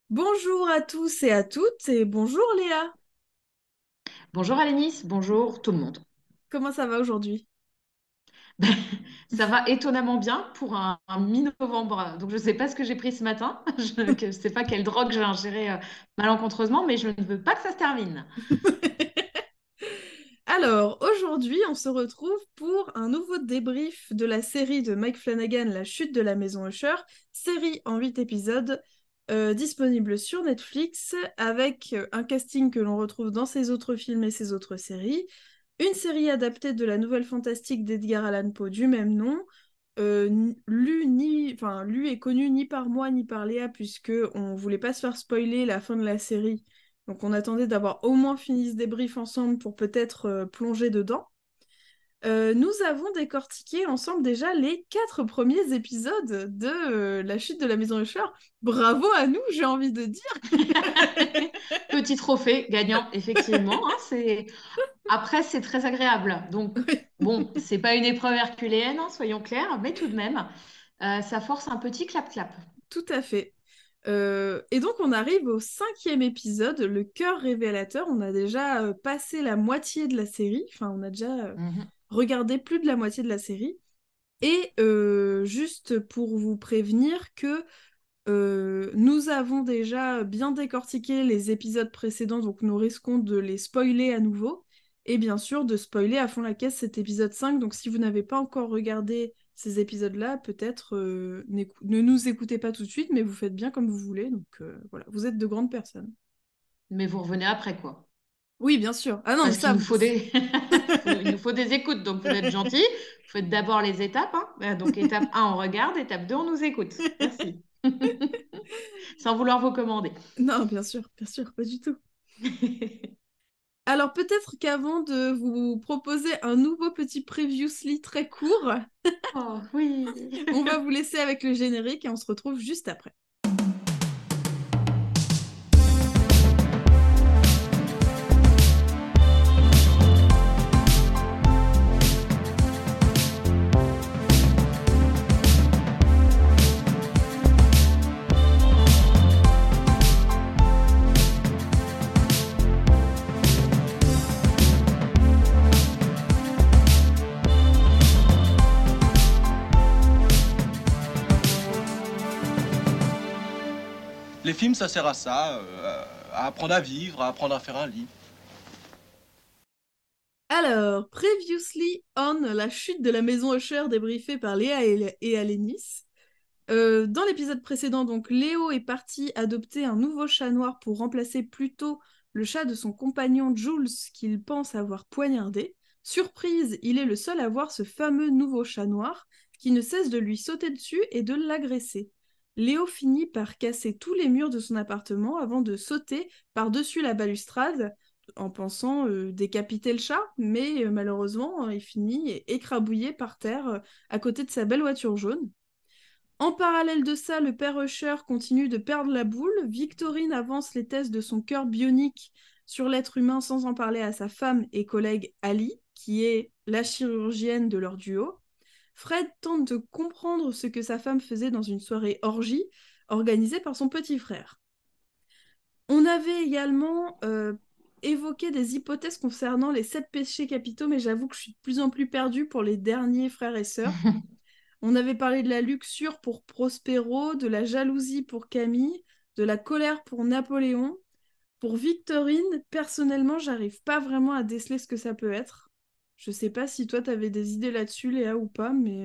Bonjour à tous et à toutes et bonjour Léa. Bonjour Alénis, bonjour tout le monde. Comment ça va aujourd'hui? Ça va étonnamment bien pour un mi-novembre. Donc je ne sais pas ce que j'ai pris ce matin. Je ne sais pas quelle drogue j'ai ingérée malencontreusement, mais je ne veux pas que ça se termine. Alors, aujourd'hui, on se retrouve pour un nouveau débrief de la série de Mike Flanagan, La chute de la maison Usher, série en 8 épisodes, disponible sur Netflix, avec un casting que l'on retrouve dans ses autres films et ses autres séries, une série adaptée de la nouvelle fantastique d'Edgar Allan Poe du même nom, lu et connu ni par moi ni par Léa, puisque on voulait pas se faire spoiler la fin de la série. Donc on attendait d'avoir au moins fini ce débrief ensemble pour peut-être plonger dedans. Nous avons décortiqué ensemble déjà les 4 premiers épisodes de La chute de la maison Usher. Bravo à nous, j'ai envie de dire. Petit trophée gagnant, effectivement. Après, c'est très agréable. Donc, bon, c'est pas une épreuve herculéenne, hein, soyons clairs, mais tout de même, ça force un petit clap-clap. Tout à fait. Et donc on arrive au 5e épisode, le cœur révélateur. On a déjà passé la moitié de la série, enfin on a déjà Mhm. regardé plus de la moitié de la série. Et juste pour vous prévenir que nous avons déjà bien décortiqué les épisodes précédents, donc nous risquons de les spoiler à nouveau. Et bien sûr, de spoiler à fond la caisse cet épisode 5. Donc si vous n'avez pas encore regardé ces épisodes-là, peut-être ne nous écoutez pas tout de suite, mais vous faites bien comme vous voulez. Donc voilà, vous êtes de grandes personnes. Mais vous revenez après, quoi. Oui, bien sûr. Ah non, mais Parce ça, qu'il nous vous... faut des... il nous faut des écoutes, donc vous êtes gentils. Vous faites d'abord les étapes, hein. Donc étape 1, on regarde, étape 2, on nous écoute. Merci. Sans vouloir vous commander. Non, bien sûr, pas du tout. Alors peut-être qu'avant de vous proposer un nouveau petit previously très court, Oh oui. on va vous laisser avec le générique et on se retrouve juste après. Les films, ça sert à ça, à apprendre à vivre, à apprendre à faire un lit. Alors, previously on la chute de la maison Usher débriefée par Léa et Alénis. Dans l'épisode précédent, donc, Léo est parti adopter un nouveau chat noir pour remplacer plutôt le chat de son compagnon Jules qu'il pense avoir poignardé. Surprise, il est le seul à voir ce fameux nouveau chat noir qui ne cesse de lui sauter dessus et de l'agresser. Léo finit par casser tous les murs de son appartement avant de sauter par-dessus la balustrade en pensant décapiter le chat, mais malheureusement, il finit écrabouillé par terre à côté de sa belle voiture jaune. En parallèle de ça, le père Usher continue de perdre la boule. Victorine avance les tests de son cœur bionique sur l'être humain sans en parler à sa femme et collègue Ali, qui est la chirurgienne de leur duo. Fred tente de comprendre ce que sa femme faisait dans une soirée orgie organisée par son petit frère. On avait également évoqué des hypothèses concernant les 7 péchés capitaux, mais j'avoue que je suis de plus en plus perdue pour les derniers frères et sœurs. On avait parlé de la luxure pour Prospero, de la jalousie pour Camille, de la colère pour Napoléon. Pour Victorine, personnellement, j'arrive pas vraiment à déceler ce que ça peut être. Je sais pas si toi t'avais des idées là-dessus, Léa, ou pas, mais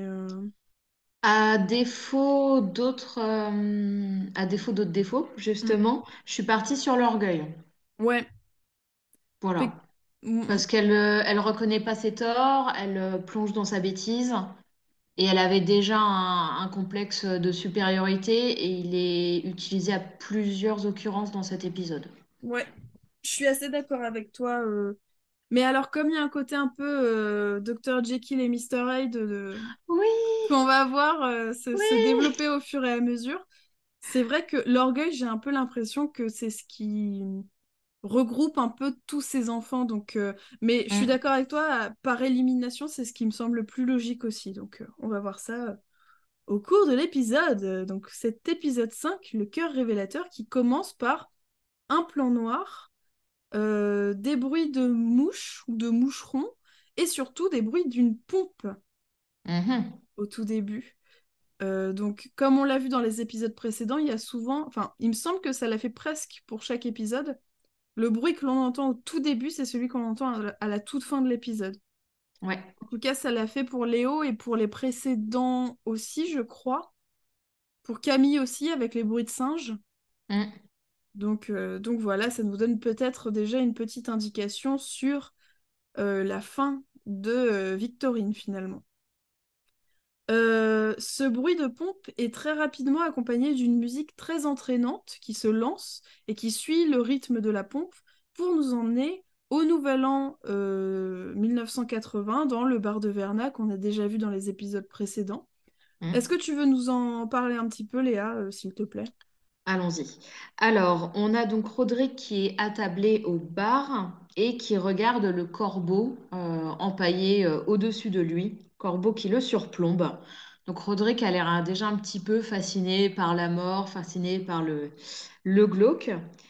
À défaut d'autres défauts, justement, je suis partie sur l'orgueil. ouais. Fait- Voilà. Mm, Parce elle reconnaît pas ses torts, elle plonge dans sa bêtise. Et elle avait déjà un complexe de supériorité et il est utilisé à plusieurs occurrences dans cet épisode. ouais, je suis assez d'accord avec toi. Mais alors, comme il y a un côté un peu Dr. Jekyll et Mr. Hyde Oui, qu'on va voir se oui. développer au fur et à mesure, c'est vrai que l'orgueil, j'ai un peu l'impression que c'est ce qui regroupe un peu tous ces enfants. Donc, mais je suis Mm. d'accord avec toi, par élimination, c'est ce qui me semble le plus logique aussi. Donc, on va voir ça. au cours de l'épisode. Donc cet épisode 5, le cœur révélateur, qui commence par un plan noir, des bruits de mouches ou de moucherons, et surtout des bruits d'une pompe Mhm. au tout début. Donc, comme on l'a vu dans les épisodes précédents, il y a souvent, enfin, il me semble que ça l'a fait presque pour chaque épisode. Le bruit que l'on entend au tout début, c'est celui qu'on entend à la toute fin de l'épisode. Ouais. En tout cas, ça l'a fait pour Léo et pour les précédents aussi, je crois. Pour Camille aussi, avec les bruits de singes. Mm. Donc voilà, ça nous donne peut-être déjà une petite indication sur la fin de Victorine, finalement. Ce bruit de pompe est très rapidement accompagné d'une musique très entraînante qui se lance et qui suit le rythme de la pompe pour nous emmener au Nouvel An 1980 dans le bar de Verna qu'on a déjà vu dans les épisodes précédents. Est-ce que Mm. tu veux nous en parler un petit peu, Léa, s'il te plaît? Allons-y. Alors, on a donc Roderick qui est attablé au bar et qui regarde le corbeau empaillé au-dessus de lui, corbeau qui le surplombe. Donc, Roderick a l'air déjà un petit peu fasciné par la mort, fasciné par le glauque.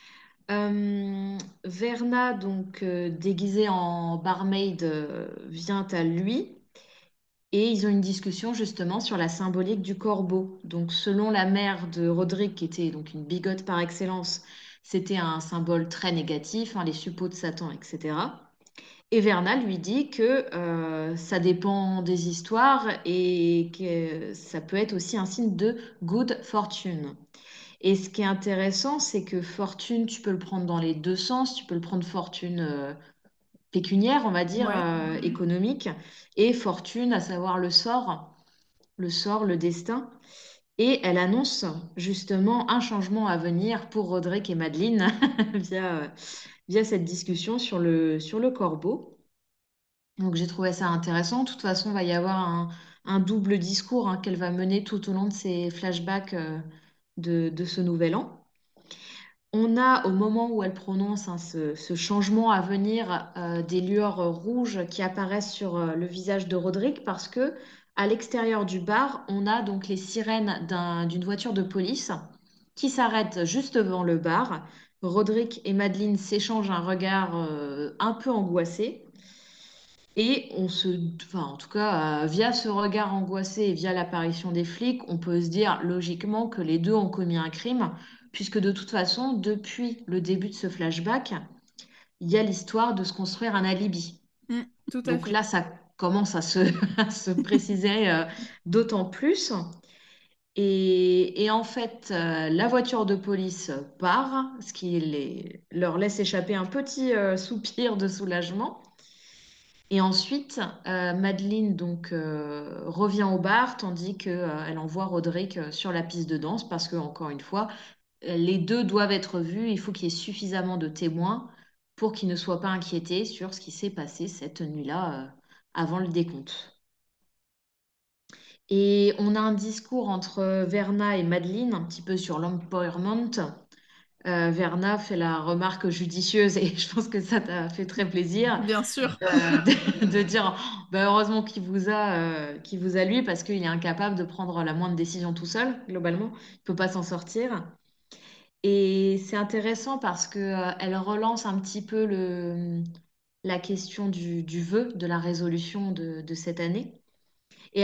Verna, donc déguisée en barmaid, vient à lui. Et ils ont une discussion justement sur la symbolique du corbeau. Donc, selon la mère de Roderick, qui était donc une bigote par excellence, c'était un symbole très négatif, hein, les suppôts de Satan, etc. Et Verna lui dit que ça dépend des histoires et que ça peut être aussi un signe de good fortune. Et ce qui est intéressant, c'est que fortune, tu peux le prendre dans les deux sens. Tu peux le prendre fortune pécuniaire, on va dire, Ouais. économique, et fortune, à savoir le sort, le destin. Et elle annonce justement un changement à venir pour Roderick et Madeleine via cette discussion sur le corbeau. Donc j'ai trouvé ça intéressant. De toute façon, il va y avoir un double discours hein, qu'elle va mener tout au long de ces flashbacks de ce nouvel an. On a, au moment où elle prononce hein, ce changement à venir, des lueurs rouges qui apparaissent sur le visage de Roderick parce que à l'extérieur du bar, on a donc les sirènes d'une voiture de police qui s'arrête juste devant le bar. Roderick et Madeleine s'échangent un regard un peu angoissé. Et enfin, en tout cas, via ce regard angoissé et via l'apparition des flics, on peut se dire logiquement que les deux ont commis un crime, puisque de toute façon, depuis le début de ce flashback, il y a l'histoire de se construire un alibi. Mm, tout à Donc fait. là, ça commence à à se préciser d'autant plus. Et en fait, la voiture de police part, ce qui leur laisse échapper un petit soupir de soulagement. Et ensuite, Madeleine donc revient au bar tandis que elle envoie Roderick sur la piste de danse parce que encore une fois, les deux doivent être vus. Il faut qu'il y ait suffisamment de témoins pour qu'ils ne soient pas inquiétés sur ce qui s'est passé cette nuit-là avant le décompte. Et on a un discours entre Verna et Madeleine un petit peu sur l'empowerment. Verna fait la remarque judicieuse et je pense que ça t'a fait très plaisir Bien sûr. de dire bah, heureusement qu'il vous a lui parce qu'il est incapable de prendre la moindre décision tout seul, globalement. Il peut pas s'en sortir. Et c'est intéressant parce que, elle relance un petit peu la question du vœu, de la résolution de cette année. Et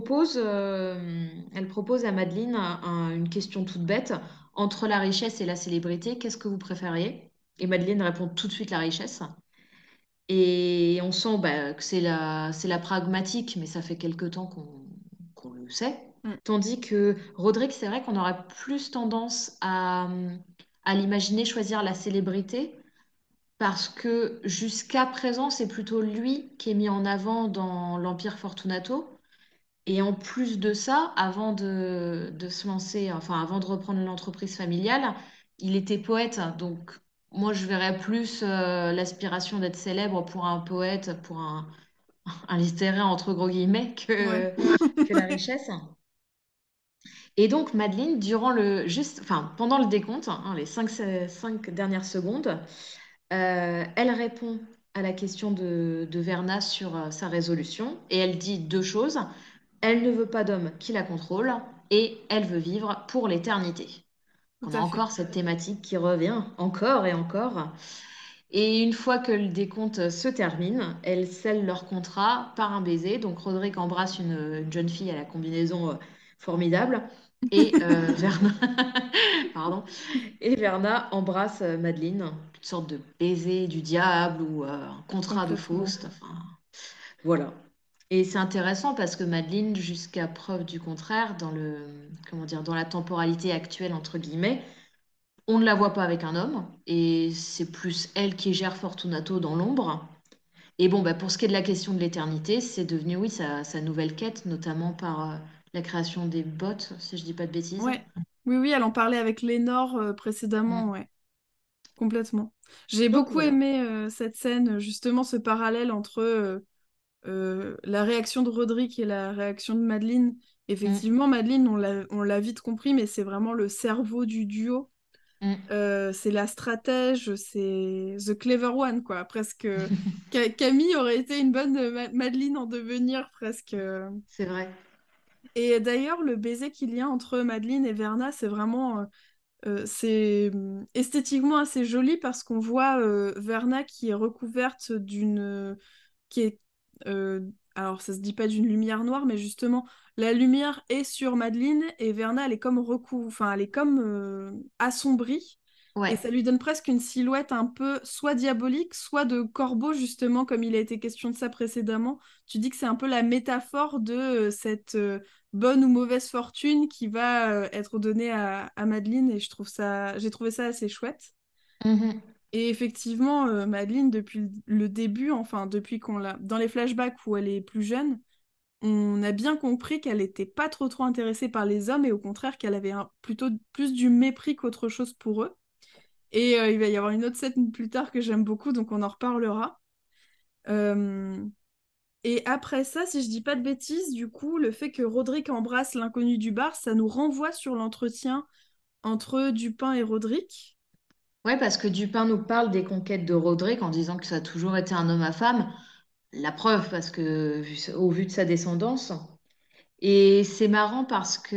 elle propose à Madeleine une question toute bête. Entre la richesse et la célébrité, qu'est-ce que vous préfériez? Et Madeleine répond tout de suite la richesse. Et on sent bah, que c'est la pragmatique, mais ça fait quelque temps qu'on le sait. Mm. Tandis que Roderick, c'est vrai qu'on aurait plus tendance à l'imaginer choisir la célébrité, parce que jusqu'à présent, c'est plutôt lui qui est mis en avant dans l'Empire Fortunato. Et en plus de ça, avant de se lancer, enfin avant de reprendre l'entreprise familiale, il était poète. Donc moi, je verrais plus l'aspiration d'être célèbre pour un poète, pour un littéraire entre gros guillemets, Ouais. que la richesse. Et donc Madeleine, enfin, pendant le décompte, hein, les cinq dernières secondes, elle répond à la question de Verna sur sa résolution et elle dit deux choses. elle ne veut pas d'homme qui la contrôle et elle veut vivre pour l'éternité. Tout On a à fait. encore cette thématique qui revient encore et encore. Et une fois que le décompte se termine, elles scellent leur contrat par un baiser. Donc Roderick embrasse une jeune fille à la combinaison formidable. Et Verna... Pardon. Et Verna embrasse Madeleine. Une sorte de baiser du diable ou un contrat de Complètement. Faust. Enfin, voilà. Et c'est intéressant parce que Madeleine, jusqu'à preuve du contraire, comment dire, dans la temporalité actuelle, entre guillemets, on ne la voit pas avec un homme, et c'est plus elle qui gère Fortunato dans l'ombre. Et bon, bah, pour ce qui est de la question de l'éternité, c'est devenu, oui, sa nouvelle quête, notamment par la création des bots, si je dis pas de bêtises. Ouais. Oui, oui, elle en parlait avec Lénore précédemment, Mm. ouais. Complètement. J'ai Donc beaucoup voilà. aimé cette scène, justement ce parallèle entre la réaction de Roderick et la réaction de Madeleine. Mm, Effectivement, Madeleine, on l'a vite compris, mais c'est vraiment le cerveau du duo. mm. C'est la stratège, c'est the clever one, quoi. Presque. Camille aurait été une bonne Madeleine en devenir, presque. C'est vrai. Et d'ailleurs, le baiser qu'il y a entre Madeleine et Verna, c'est vraiment c'est esthétiquement assez joli parce qu'on voit Verna qui est recouverte qui est euh, alors ça se dit pas d'une lumière noire, mais justement la lumière est sur Madeleine et Verna elle est comme enfin elle est comme assombrie et Ouais. ça lui donne presque une silhouette un peu soit diabolique, soit de corbeau justement comme il a été question de ça précédemment. Tu dis que c'est un peu la métaphore de cette bonne ou mauvaise fortune qui va être donnée à Madeleine et j'ai trouvé ça assez chouette. Mhm. Et effectivement, Madeleine, depuis le début, enfin depuis qu'on l'a, dans les flashbacks où elle est plus jeune, on a bien compris qu'elle n'était pas trop intéressée par les hommes et au contraire qu'elle avait plutôt plus du mépris qu'autre chose pour eux. Et il va y avoir une autre scène plus tard que j'aime beaucoup, donc on en reparlera. Euh, Et après ça, si je dis pas de bêtises, du coup, le fait que Roderick embrasse l'inconnu du bar, ça nous renvoie sur l'entretien entre Dupin et Roderick. Ouais, parce que Dupin nous parle des conquêtes de Roderick en disant que ça a toujours été un homme à femme. La preuve, parce que au vu de sa descendance. Et c'est marrant parce que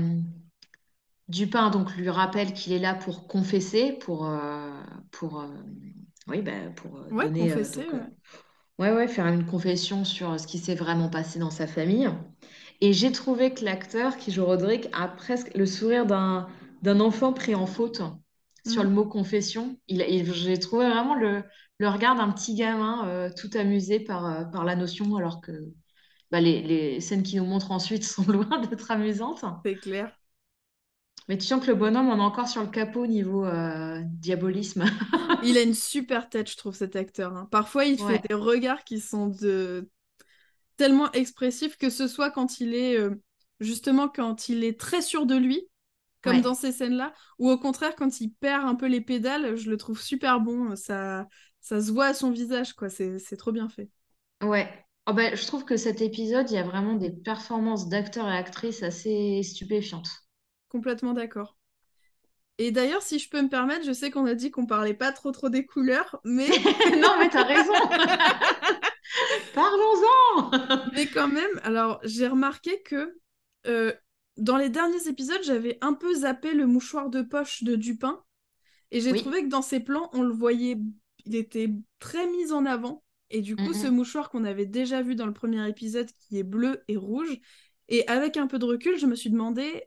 Dupin donc lui rappelle qu'il est là pour confesser, pour oui, bah, pour Ouais, donner confessé, ouais. ouais, ouais, faire une confession sur ce qui s'est vraiment passé dans sa famille. Et j'ai trouvé que l'acteur qui joue Roderick a presque le sourire d'un enfant pris en faute sur le Mm. mot confession. J'ai trouvé vraiment le regard d'un petit gamin tout amusé par la notion, alors que bah, les scènes qui nous montrent ensuite sont loin d'être amusantes. C'est clair. Mais tu sens que le bonhomme en a encore sur le capot niveau diabolisme. Il a une super tête, je trouve, cet acteur, hein. Parfois, il fait Ouais. des regards qui sont tellement expressifs, que ce soit quand il est, justement, quand il est très sûr de lui, comme dans Ouais. ces scènes-là, ou au contraire, quand il perd un peu les pédales, je le trouve super bon. Ça se voit à son visage, quoi. C'est trop bien fait. Ouais. Oh ben, je trouve que cet épisode, il y a vraiment des performances d'acteurs et actrices assez stupéfiantes. Complètement d'accord. Et d'ailleurs, si je peux me permettre, je sais qu'on a dit qu'on parlait pas trop des couleurs, mais Non, mais t'as raison. Parlons-en. mais quand même, alors j'ai remarqué que euh, dans les derniers épisodes, j'avais un peu zappé le mouchoir de poche de Dupin et j'ai Oui. trouvé que dans ses plans, on le voyait, il était très mis en avant. Et du coup, ce Mhm. mouchoir qu'on avait déjà vu dans le premier épisode, qui est bleu et rouge, et avec un peu de recul, je me suis demandé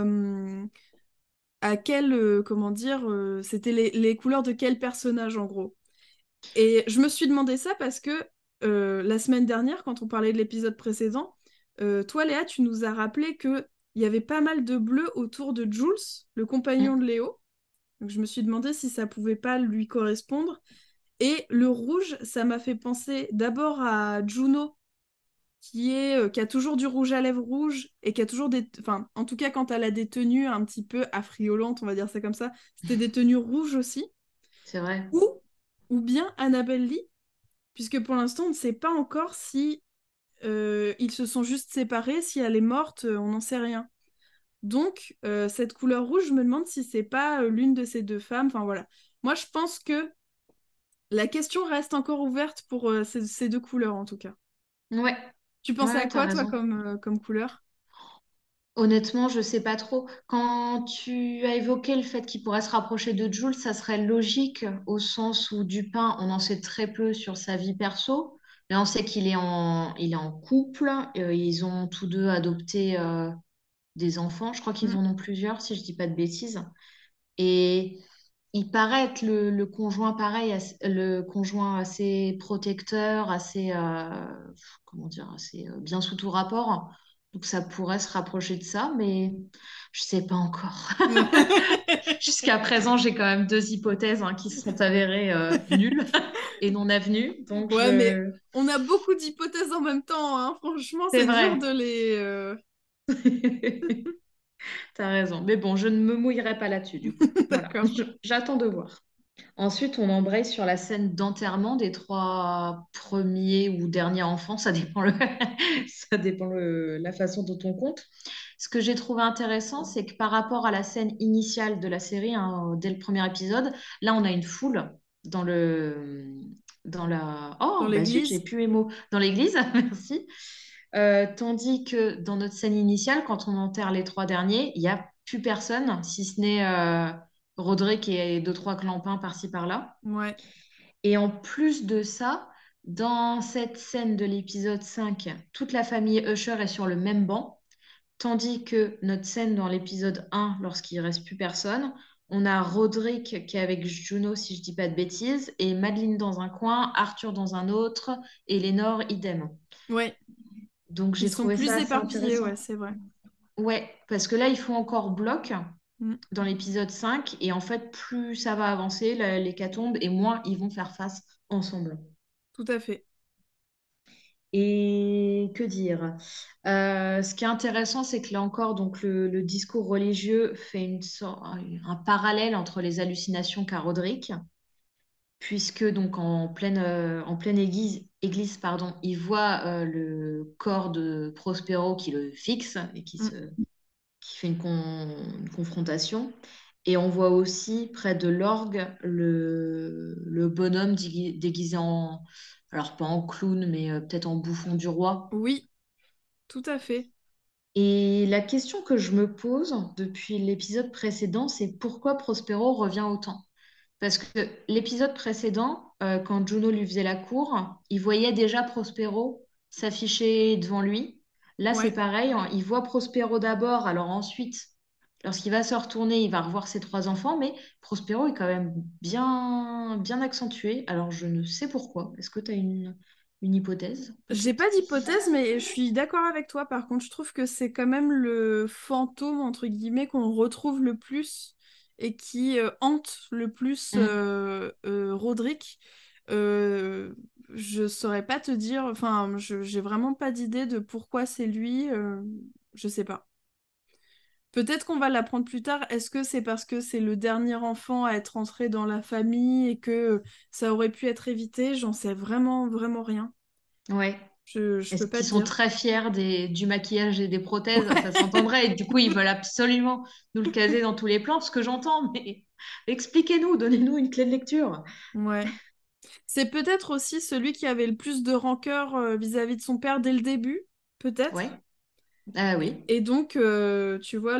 à quel, comment dire, c'était les couleurs de quel personnage en gros. Et je me suis demandé ça parce que la semaine dernière, quand on parlait de l'épisode précédent, toi, Léa, tu nous as rappelé qu'il y avait pas mal de bleu autour de Jules, le compagnon de Mm. Léo. Donc je me suis demandé si ça pouvait pas lui correspondre. Et le rouge, ça m'a fait penser d'abord à Juno, qui a toujours du rouge à lèvres rouge et qui a toujours des... Enfin, en tout cas, quand elle a des tenues un petit peu affriolantes, on va dire ça comme ça, c'était des tenues rouges aussi. C'est vrai. Ou, ou bien Annabelle Lee, puisque pour l'instant, on ne sait pas encore si ils se sont juste séparés, si elle est morte, on n'en sait rien. Donc, cette couleur rouge, je me demande si c'est pas l'une de ces deux femmes. Enfin voilà. Moi, je pense que la question reste encore ouverte pour ces deux couleurs, en tout cas. Ouais. Tu pensais à Ouais, t'as quoi, toi, raison. comme couleur? Honnêtement, je sais pas trop. Quand tu as évoqué le fait qu'il pourrait se rapprocher de Jules, ça serait logique au sens où Dupin, on en sait très peu sur sa vie perso. Mais on sait il est en couple. Ils ont tous deux adopté des enfants. Je crois qu'ils Mm. en ont plusieurs, si je dis pas de bêtises. Et il paraît être le conjoint pareil, le conjoint assez protecteur, assez, comment dire, assez bien sous tout rapport. Donc ça pourrait se rapprocher de ça, mais je sais pas encore. Jusqu'à présent, j'ai quand même deux hypothèses qui se sont avérées nulles et non avenues. Donc Ouais, mais je... on a beaucoup d'hypothèses en même temps, hein. Franchement, C'est c'est dur vrai. de les... T'as raison. Mais bon, je ne me mouillerai pas là-dessus, du coup. Voilà, D'accord. j'attends de voir. Ensuite, on embraye sur la scène d'enterrement des trois premiers ou derniers enfants, ça dépend, ça dépend la façon dont on compte. Ce que j'ai trouvé intéressant, c'est que par rapport à la scène initiale de la série, dès le premier épisode, là, on a une foule dans dans la... Dans Oh, bah zut, j'ai l'église? plus mes mots. Dans l'église, merci. Tandis que dans notre scène initiale, quand on enterre les trois derniers, il n'y a plus personne, si ce n'est Roderick et deux, trois clampins par-ci, par-là. Ouais. Et en plus de ça, dans cette scène de l'épisode 5, toute la famille Usher est sur le même banc, tandis que notre scène dans l'épisode 1, lorsqu'il ne reste plus personne, on a Roderick qui est avec Juno, si je dis pas de bêtises, et Madeleine dans un coin, Arthur dans un autre, et Lénore idem. Ouais. Donc Ils j'ai sont trouvé ça plus assez éparpillés, intéressant. ouais, c'est vrai. Ouais, parce que là, ils font encore bloc Mm. dans l'épisode 5 et en fait, plus ça va avancer, l'hécatombe, et moins ils vont faire face ensemble. Tout à fait. Et que dire? Ce qui est intéressant, c'est que là encore, donc le discours religieux fait un parallèle entre les hallucinations qu'a Roderick, puisque donc en pleine église, pardon, il voit le corps de Prospero qui le fixe et Mm. qui fait une confrontation. Et on voit aussi près de l'orgue le bonhomme déguisé en, alors pas en clown, mais peut-être en bouffon du roi. Oui, tout à fait. Et la question que je me pose depuis l'épisode précédent, c'est pourquoi Prospero revient autant? Parce que l'épisode précédent, quand Juno lui faisait la cour, il voyait déjà Prospero s'afficher devant lui. Là, c'est Ouais. pareil, hein, il voit Prospero d'abord, alors ensuite, lorsqu'il va se retourner, il va revoir ses trois enfants, mais Prospero est quand même bien accentué. Alors, je ne sais pourquoi. Est-ce que tu as une hypothèse, J'ai peut-être? pas d'hypothèse, mais je suis d'accord avec toi. Par contre, je trouve que c'est quand même le fantôme, entre guillemets, qu'on retrouve le plus et qui hante le plus Mm. Roderick. Euh, je saurais pas te dire, enfin, j'ai vraiment pas d'idée de pourquoi c'est lui. Je sais pas. Peut-être qu'on va l'apprendre plus tard. Est-ce que c'est parce que c'est le dernier enfant à être entré dans la famille et que ça aurait pu être évité? J'en sais vraiment, vraiment rien. Ouais. Je Est-ce peux pas qu'ils te sont dire. très fiers du maquillage et des prothèses? Ça Ouais. s'entendrait. Et du coup, ils veulent absolument nous le caser dans tous les plans, ce que j'entends. Mais expliquez-nous, donnez-nous une clé de lecture. Ouais. C'est peut-être aussi celui qui avait le plus de rancœur vis-à-vis de son père dès le début, Ouais. peut-être. Ah Et, oui. et donc, tu vois,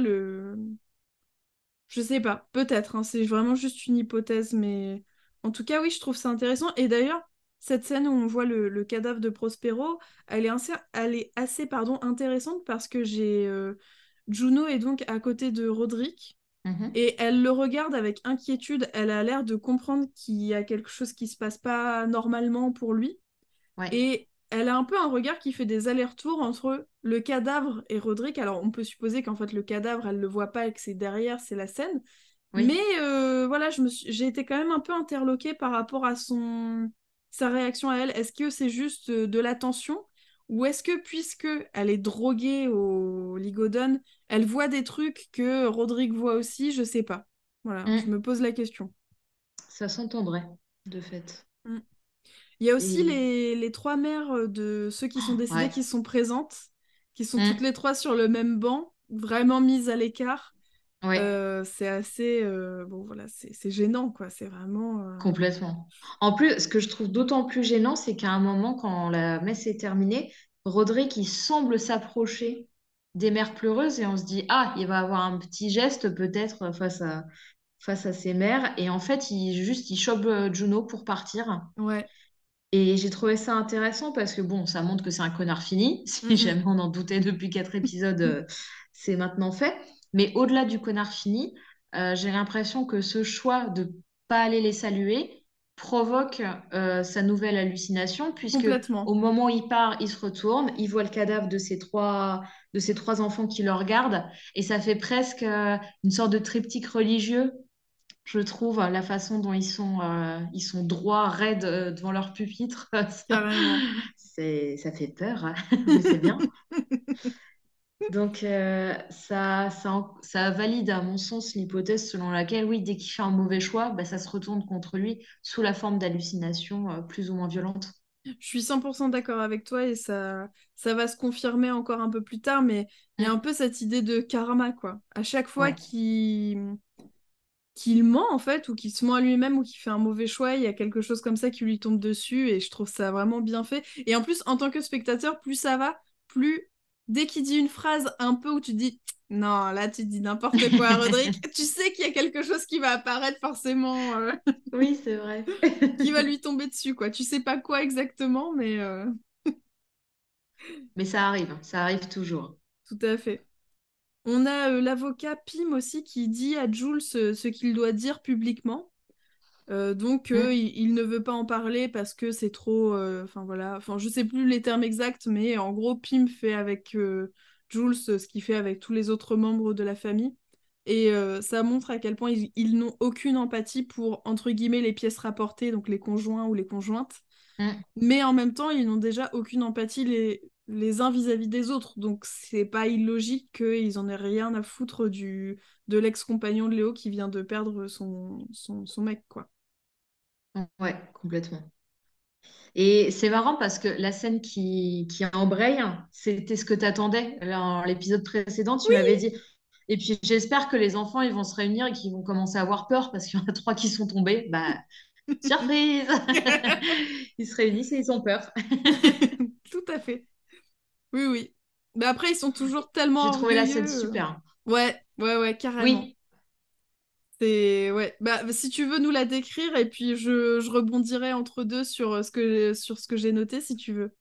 je sais pas, peut-être, hein, c'est vraiment juste une hypothèse, mais en tout cas, oui, je trouve ça intéressant. Et d'ailleurs, cette scène où on voit le cadavre de Prospero, elle est assez pardon, intéressante parce que j'ai Juno est donc à côté de Roderick. Mhm. Et elle le regarde avec inquiétude. Elle a l'air de comprendre qu'il y a quelque chose qui se passe pas normalement pour lui. Ouais. Et elle a un peu un regard qui fait des allers-retours entre le cadavre et Roderick. Alors on peut supposer qu'en fait le cadavre, elle le voit pas et que c'est derrière, c'est la scène. Mais Oui. voilà, j'ai été quand même un peu interloquée par rapport à sa réaction à elle. Est-ce que c'est juste de l'attention ou est-ce que puisque elle est droguée au Ligodon, elle voit des trucs que Roderick voit aussi? Je sais pas. Voilà, je Mm. me pose la question. Ça s'entendrait, de fait. Mm. Il y a aussi Et... les trois mères de ceux qui sont décédés Ouais. qui sont présentes, qui sont toutes Mm. les trois sur le même banc, vraiment mises à l'écart. Ouais. C'est assez... bon, voilà, c'est gênant, quoi. C'est vraiment... Complètement. En plus, ce que je trouve d'autant plus gênant, c'est qu'à un moment, quand la messe est terminée, Roderick, il semble s'approcher des mères pleureuses et on se dit, ah, il va avoir un petit geste peut-être face à ses mères. Et en fait, il chope Juno pour partir. Ouais. Et j'ai trouvé ça intéressant parce que bon, ça montre que c'est un connard fini. Si Mm, jamais on en doutait depuis 4 épisodes, c'est maintenant fait. Mais au-delà du connard fini, j'ai l'impression que ce choix de pas aller les saluer provoque sa nouvelle hallucination, puisque complètement. au moment où il part, il se retourne, il voit le cadavre de ses trois enfants qui le regardent, et ça fait presque une sorte de triptyque religieux, je trouve, la façon dont ils sont droits, raides devant leur pupitre. Carrément. Ça fait peur, hein, mais c'est bien. Donc, ça valide, à mon sens, l'hypothèse selon laquelle, oui, dès qu'il fait un mauvais choix, bah, ça se retourne contre lui sous la forme d'hallucinations plus ou moins violentes. Je suis 100% d'accord avec toi et ça va se confirmer encore un peu plus tard, mais il y a un Mm. peu cette idée de karma, quoi. À chaque fois Ouais. qu'il ment, en fait, ou qu'il se ment à lui-même, ou qu'il fait un mauvais choix, il y a quelque chose comme ça qui lui tombe dessus, et je trouve ça vraiment bien fait. Et en plus, en tant que spectateur, plus ça va, plus dès qu'il dit une phrase un peu où tu te dis, non, là, tu dis n'importe quoi, Roderick, tu sais qu'il y a quelque chose qui va apparaître forcément, Oui, c'est vrai. qui va lui tomber dessus, quoi. Tu sais pas quoi exactement, mais Mais ça arrive toujours. tout à fait. On a l'avocat Pym aussi qui dit à Jules ce qu'il doit dire publiquement. Donc Mm. il ne veut pas en parler parce que c'est trop. Enfin voilà. Enfin je sais plus les termes exacts, mais en gros Pym fait avec Jules ce qu'il fait avec tous les autres membres de la famille. Et ça montre à quel point ils n'ont aucune empathie pour entre guillemets les pièces rapportées, donc les conjoints ou les conjointes. Mm. Mais en même temps, ils n'ont déjà aucune empathie les uns vis-à-vis des autres. Donc, c'est pas illogique qu'ils en aient rien à foutre de l'ex-compagnon de Léo qui vient de perdre son mec, quoi. Ouais, complètement. Et c'est marrant parce que la scène qui embraye, c'était ce que tu attendais. Dans l'épisode précédent, tu m'avais Oui, dit. Et puis j'espère que les enfants, ils vont se réunir et qu'ils vont commencer à avoir peur parce qu'il y en a trois qui sont tombés. Bah, surprise! Ils se réunissent et ils ont peur. tout à fait. Oui, oui. Mais après, ils sont toujours tellement J'ai trouvé la scène orgueilleux. super. Ouais, ouais, ouais, carrément. Oui, C'est ouais. Bah, si tu veux nous la décrire, et puis je rebondirai entre deux sur ce que j'ai noté, si tu veux.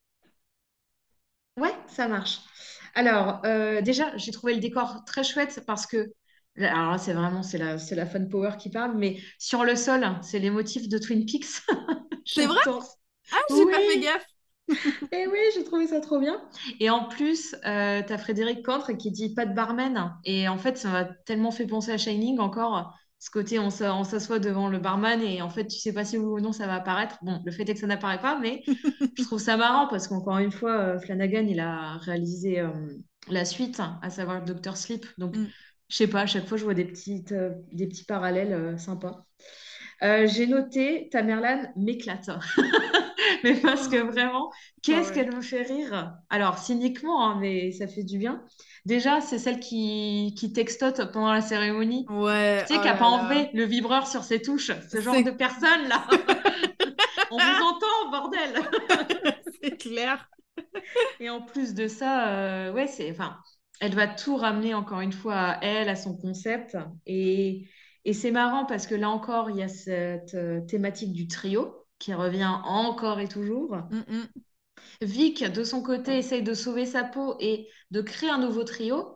ouais, ça marche. Alors, déjà, j'ai trouvé le décor très chouette parce que, alors là, c'est la fan power qui parle, mais sur le sol, c'est les motifs de Twin Peaks. C'est vrai? J'adore. Ah, j'ai pas fait Oui, gaffe. et oui, j'ai trouvé ça trop bien. Et en plus, t'as Frédéric Cantre qui dit pas de barman. Et en fait, ça m'a tellement fait penser à Shining encore. Ce côté, on s'assoit devant le barman et en fait, tu sais pas si oui ou non ça va apparaître. Bon, le fait est que ça n'apparaît pas, mais je trouve ça marrant parce qu'encore une fois, Flanagan, il a réalisé la suite, à savoir Doctor Sleep. Donc, Mm. je sais pas, à chaque fois, je vois des petits parallèles sympas. J'ai noté Tamerlan m'éclate. Mais parce que Oh, vraiment, ah qu'est-ce ouais. qu'elle me fait rire? Alors, cyniquement, hein, mais ça fait du bien. Déjà, c'est celle qui textote pendant la cérémonie. Ouais, Tu sais, oh qui n'a pas là là. enlevé le vibreur sur ses touches. Ce genre de C'est personne-là. On vous entend, bordel! c'est clair. Et en plus de ça, ouais, enfin, elle va tout ramener encore une fois à elle, à son concept. Et c'est marrant parce que là encore, il y a cette thématique du trio qui revient encore et toujours. Mm, mm. Vic, de son côté, essaye de sauver sa peau et de créer un nouveau trio,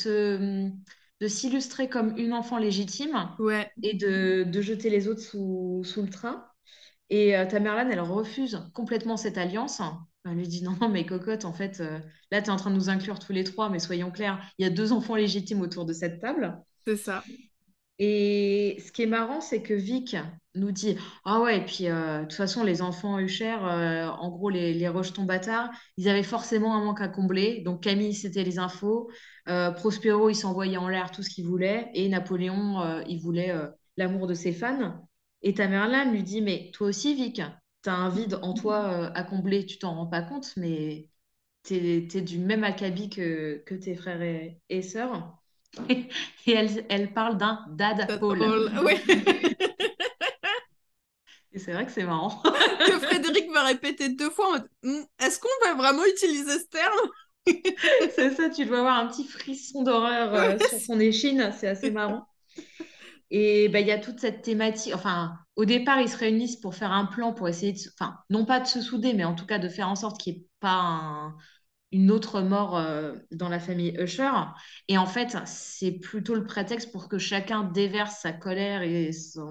de s'illustrer comme une enfant légitime Ouais, et de jeter les autres sous le train. Et Tamerlan, elle refuse complètement cette alliance. Elle lui dit non, non, mais cocotte, en fait, là, tu es en train de nous inclure tous les trois, mais soyons clairs, il y a deux enfants légitimes autour de cette table. c'est ça. Et ce qui est marrant, c'est que Vic nous dit, ah ouais, et puis de toute façon, les enfants Usher, en gros, les rejetons bâtards, ils avaient forcément un manque à combler. Donc Camille, c'était les infos. Prospero, il s'envoyait en l'air tout ce qu'il voulait. Et Napoléon, il voulait l'amour de ses fans. Et Tamerlan lui dit, mais toi aussi, Vic, t'as un vide en toi à combler, tu t'en rends pas compte, mais t'es du même acabit que tes frères et sœurs. Et elle parle d'un dad That's hole. all. Ouais. Et c'est vrai que c'est marrant. Que Frédéric va répéter 2 fois en mode est-ce qu'on va vraiment utiliser ce terme? C'est ça, tu dois avoir un petit frisson d'horreur Ouais, sur ton échine, c'est assez marrant. Et bah, il y a toute cette thématique. Enfin, au départ, ils se réunissent pour faire un plan pour essayer enfin, non pas de se souder, mais en tout cas de faire en sorte qu'il n'y ait pas une autre mort dans la famille Usher. Et en fait, c'est plutôt le prétexte pour que chacun déverse sa colère et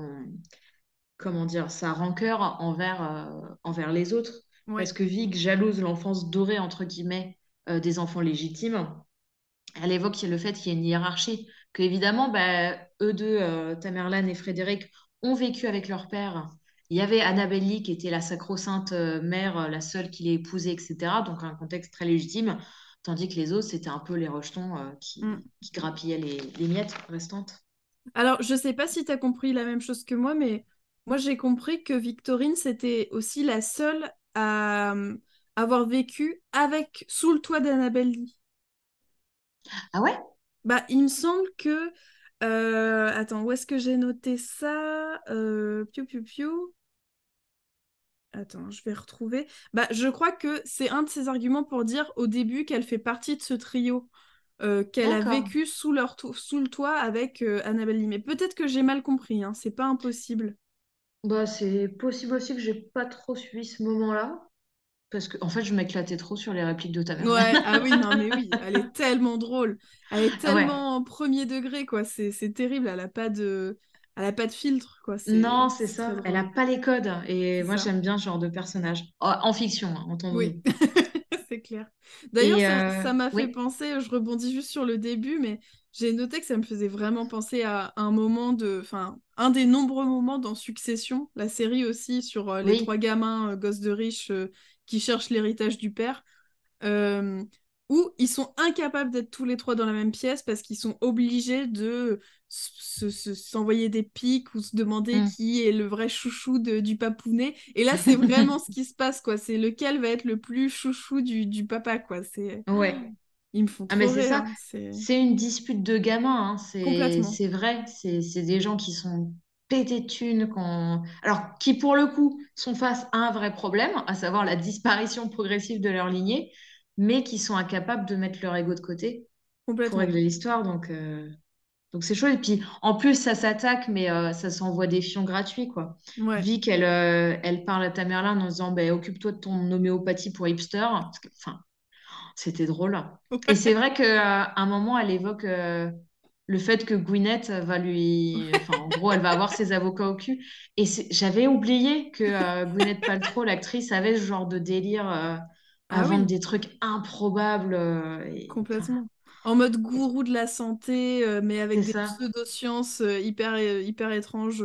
comment dire, sa rancœur envers les autres. Parce ouais. que Vic jalouse l'enfance dorée, entre guillemets, des enfants légitimes. Elle évoque le fait qu'il y a une hiérarchie, que évidemment, bah, eux deux, Tamerlan et Frédéric, ont vécu avec leur père. Il y avait Annabelle Lee qui était la sacro-sainte mère, la seule qui l'ait épousée, etc. Donc un contexte très légitime, tandis que les autres, c'était un peu les rejetons Mm. qui grappillaient les miettes restantes. Alors, je sais pas si tu as compris la même chose que moi, mais moi j'ai compris que Victorine, c'était aussi la seule à avoir vécu avec sous le toit d'Annabelle Lee. Ah ouais? Bah, il me semble que... Attends, où est-ce que j'ai noté ça? Piou, piou, piou. Attends, je vais retrouver. Bah, je crois que c'est un de ses arguments pour dire au début qu'elle fait partie de ce trio, qu'elle a D'accord. vécu sous le toit avec Annabelle Lee. Mais peut-être que j'ai mal compris, hein, c'est pas impossible. Bah, c'est possible aussi que j'ai pas trop suivi ce moment-là, parce que en fait, je m'éclatais trop sur les répliques de Tamerlan. Ouais, ah oui, non, mais oui, elle est tellement drôle. Elle est Ouais. tellement premier degré, quoi. C'est terrible, elle a pas de filtre, quoi. Non, c'est C'est très ça. Elle a drôle. pas les codes. Et C'est moi, ça. j'aime bien ce genre de personnage. En fiction, hein, Oui, entendons-nous. c'est clair. D'ailleurs, Et ça m'a fait oui, penser, je rebondis juste sur le début, mais j'ai noté que ça me faisait vraiment penser à enfin, un des nombreux moments dans Succession, la série aussi sur les trois oui. gamins gosses de riches qui cherchent l'héritage du père, euh, où ils sont incapables d'être tous les trois dans la même pièce parce qu'ils sont obligés de s'envoyer des pics ou se demander Mm. qui est le vrai chouchou du papounet. Et là, c'est vraiment ce qui se passe, quoi. C'est lequel va être le plus chouchou du papa, quoi. Ouais. Ils me font Ah, mais trop c'est rire, ça. hein. C'est C'est une dispute de gamins, hein. complètement. C'est vrai. C'est des gens qui sont pétés de thunes, alors qui, pour le coup, sont face à un vrai problème, à savoir la disparition progressive de leur lignée, mais qui sont incapables de mettre leur ego de côté pour Complètement. régler l'histoire. Donc c'est chaud. Et puis en plus, ça s'attaque, mais ça s'envoie des fions gratuits, quoi. Ouais. Vic, elle parle à Tamerlan en disant ben, occupe-toi de ton homéopathie pour hipster. Enfin, c'était drôle. Et c'est vrai qu'à un moment, elle évoque le fait que Gwyneth va lui. Enfin, en gros, elle va avoir ses avocats au cul. Et j'avais oublié que Gwyneth Paltrow, l'actrice, avait ce genre de délire à Ah vendre oui, des trucs improbables. Enfin, complètement. En mode gourou de la santé, mais c'est avec des ça. pseudosciences hyper étranges.